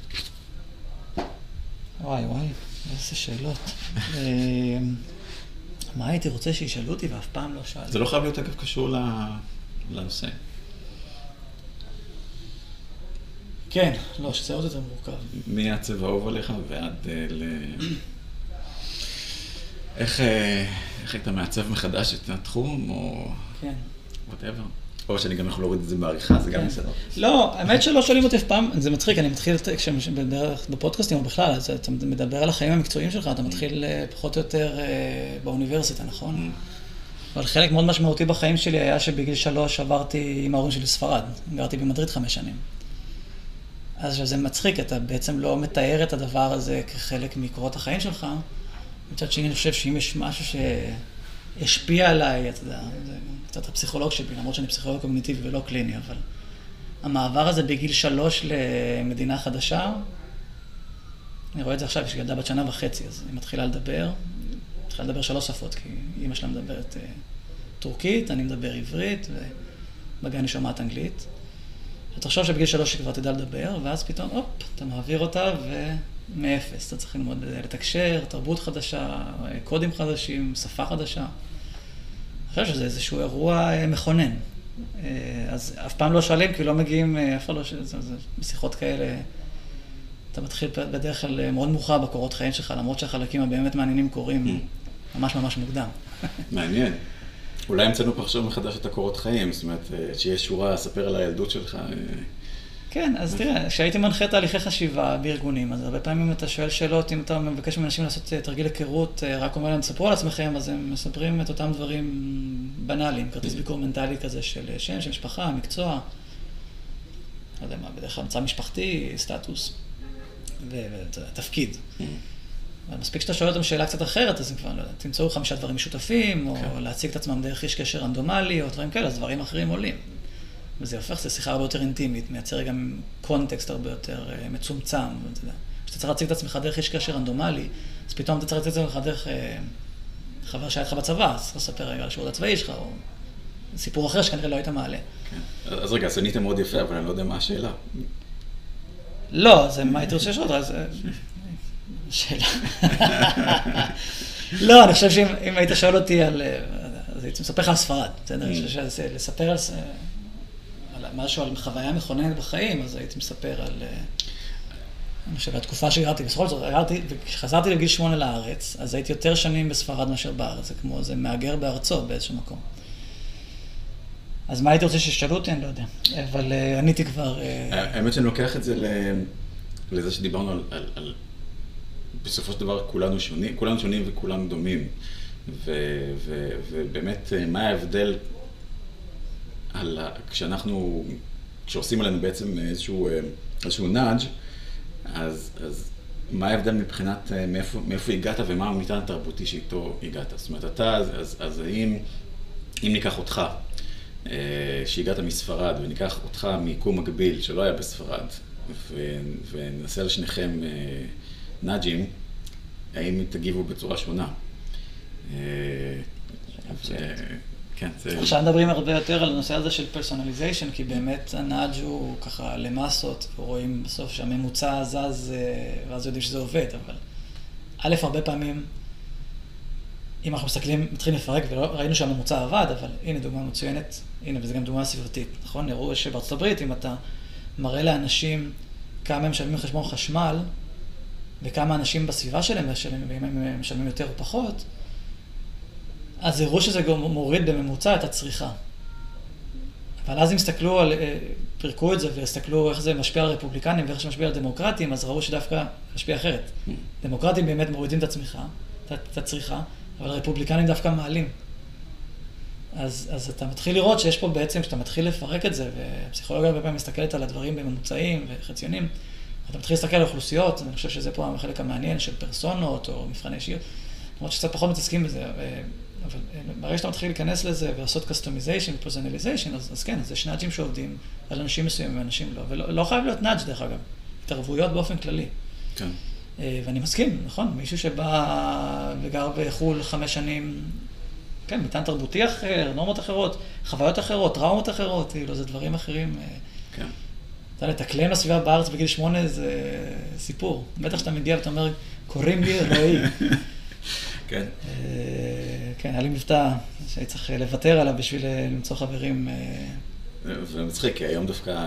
וואי וואי, איזה שאלות. מה הייתי רוצה שישאלו אותי ואף פעם לא שאלתי? זה לא חייב להיות אגב קשור לנושא. כן, לא, שזה עוד יותר מורכב. מי הצבע האהוב עליך ועד ל... איך היית מעצב מחדש את התחום, או... כן. whatever. או שאני גם יכול להוריד את זה בעריכה, זה גם בסדר. לא, האמת שלא שואלים אותי אף פעם, זה מצחיק, אני מתחיל, בפודקאסטים או בכלל, אתה מדבר על החיים המקצועיים שלך, אתה מתחיל פחות או יותר באוניברסיטה, נכון? אבל חלק מאוד משמעותי בחיים שלי היה שבגיל שלוש עברתי עם ההורים שלי לספרד, גרתי במדריד חמש שנים. אז זה מצחיק, אתה בעצם לא מתאר את הדבר הזה כחלק מקורות החיים שלך, מצד שני אני חושב שאם יש משהו שהשפיע עליי, אתה יודע, זה קצת הפסיכולוג שלי, למרות שאני פסיכולוג קוגניטיבי ולא קליני, אבל המעבר הזה בגיל שלוש למדינה חדשה, אני רואה את זה עכשיו, יש לי ילדה בת שנה וחצי, אז היא מתחילה לדבר, מתחילה לדבר שלוש שפות, כי אמא שלה מדברת טורקית, אני מדבר עברית, ובגן אני שומעת אנגלית. תחשוב שבגיל שלוש היא כבר תדע לדבר, ואז פתאום, הופ, אתה מעביר אותה, ומאפס. אתה צריך ללמוד לתקשר, תרבות חדשה, קודים חדשים, שפה חדשה. אני חושב שזה איזשהו אירוע מכונן. אז אף פעם לא שואלים, כי לא מגיעים, אף פעם לא שואלים, בשיחות כאלה, אתה מתחיל בדרך כלל מאוד מאוחר בקורות חיים שלך, למרות שהחלקים הבאמת מעניינים קורים ממש ממש מוקדם. מעניין. אולי המצאנו פה עכשיו מחדש את הקורות חיים, זאת אומרת, שיש שורה, ספר על הילדות שלך. כן, אז תראה, כשהייתי מנחה תהליכי חשיבה בארגונים, אז הרבה פעמים אתה שואל שאלות, אם אתה מבקש מאנשים לעשות תרגיל היכרות, רק אומר להם, תספרו על עצמכם, אז הם מספרים את אותם דברים בנאליים, כרטיס ביקור מנטלי כזה של שם, של משפחה, מקצוע, לא יודע מה, בדרך כלל מצא משפחתי, סטטוס ותפקיד. מספיק שאתה שואל אותם שאלה קצת אחרת, אז הם כבר, לא יודע, תמצאו חמישה דברים משותפים, או okay. להציג את עצמם דרך איש קשר רנדומלי, או דברים כאלה, אז דברים אחרים עולים. וזה הופך, זה שיחה הרבה יותר אינטימית, מייצר גם קונטקסט הרבה יותר uh, מצומצם, ואתה יודע. כשאתה צריך להציג את עצמך דרך איש קשר רנדומלי, אז פתאום אתה צריך להציג את עצמך דרך uh, חבר שהיה לך בצבא, אז צריך לספר רגע על השירות הצבאי שלך, או סיפור אחר שכנראה לא היית מעלה. Okay. אז רגע, אז ענית מאוד יפה, אבל אני לא יודע מה השאלה. לא, זה מה הייתי רוצה לשאול אותך, אז... שאלה. לא, אני חושב שאם היית שואל אותי על... אז הייתי מספר לך על ספרד, בסדר? לספר על משהו, על חוויה מכוננת בחיים, אז הייתי מספר על... אני חושב, התקופה שגרתי, בסופו של דבר, גרתי, וכשחזרתי לגיל שמונה לארץ, אז הייתי יותר שנים בספרד מאשר בארץ, זה כמו איזה מהגר בארצו באיזשהו מקום. אז מה הייתי רוצה ששאלו אותי? אני לא יודע. אבל עניתי כבר... האמת שאני לוקח את זה לזה שדיברנו על... בסופו של דבר כולנו שונים, כולנו שונים וכולנו דומים. ו, ו, ובאמת, מה ההבדל על, כשאנחנו, כשעושים עלינו בעצם איזשהו, איזשהו נאג', אז, אז מה ההבדל מבחינת מאיפה, מאיפה הגעת ומה המטען התרבותי שאיתו הגעת? זאת אומרת, אתה, אז, אז האם, אם ניקח אותך, שהגעת מספרד, וניקח אותך מיקום מקביל שלא היה בספרד, ו, וננסה על שניכם נאג'ים, האם תגיבו בצורה שונה? כן, זה... עכשיו מדברים הרבה יותר על הנושא הזה של פרסונליזיישן, כי באמת הנאג' הוא ככה למסות, ורואים בסוף שהממוצע זז, ואז יודעים שזה עובד, אבל א', הרבה פעמים, אם אנחנו מסתכלים, מתחילים לפרק, וראינו שהממוצע עבד, אבל הנה דוגמה מצוינת, הנה, וזה גם דוגמה סביבתית, נכון? נראו שבארצות הברית, אם אתה מראה לאנשים כמה הם משלמים חשבון חשמל, וכמה אנשים בסביבה שלהם משלמים, ואם הם משלמים יותר או פחות, אז הראו שזה גם מוריד בממוצע את הצריכה. אבל אז אם הסתכלו על, פרקו את זה והסתכלו איך זה משפיע על רפובליקנים ואיך זה משפיע על דמוקרטים, אז ראו שדווקא משפיע אחרת. דמוקרטים באמת מורידים את הצמיחה, את הצריכה, אבל רפובליקנים דווקא מעלים. אז, אז אתה מתחיל לראות שיש פה בעצם, כשאתה מתחיל לפרק את זה, והפסיכולוגיה הרבה פעמים מסתכלת על הדברים בממוצעים וחציונים, אתה מתחיל להסתכל על אוכלוסיות, אני חושב שזה פה החלק המעניין של פרסונות או מבחני אישיות, למרות שקצת פחות מתעסקים בזה, אבל ברגע שאתה מתחיל להיכנס לזה ולעשות customization, personalization, אז, אז כן, אז יש נאג'ים שעובדים על אנשים מסוימים ואנשים לא, ולא לא חייב להיות נאג' דרך אגב, התערבויות באופן כללי. כן. ואני מסכים, נכון, מישהו שבא וגר בחול חמש שנים, כן, מטען תרבותי אחר, נורמות אחרות, חוויות אחרות, טראומות אחרות, כאילו, זה דברים אחרים. כן. אתה לתקלם לסביבה בארץ בגיל שמונה זה סיפור. בטח שאתה מגיע ואתה אומר, קוראים לי אלוהי. כן. כן, היה לי מבטא שהייתי צריך לוותר עליו בשביל למצוא חברים. זה מצחיק, כי היום דווקא,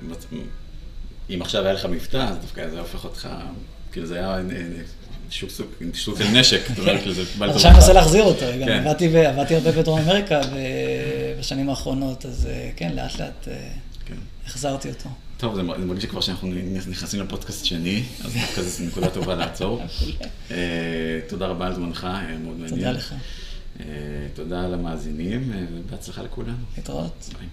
אם עכשיו היה לך מבטא, אז דווקא זה הופך אותך, כאילו זה היה שוק של נשק. אז עכשיו אני מנסה להחזיר אותו, גם עבדתי הרבה בדרום אמריקה בשנים האחרונות, אז כן, לאט לאט החזרתי אותו. טוב, זה מרגיש שכבר שאנחנו נכנסים לפודקאסט שני, אז דווקא זו נקודה טובה לעצור. תודה רבה על זמנך, מאוד מעניין. תודה לך. תודה למאזינים, ובהצלחה לכולנו. להתראות.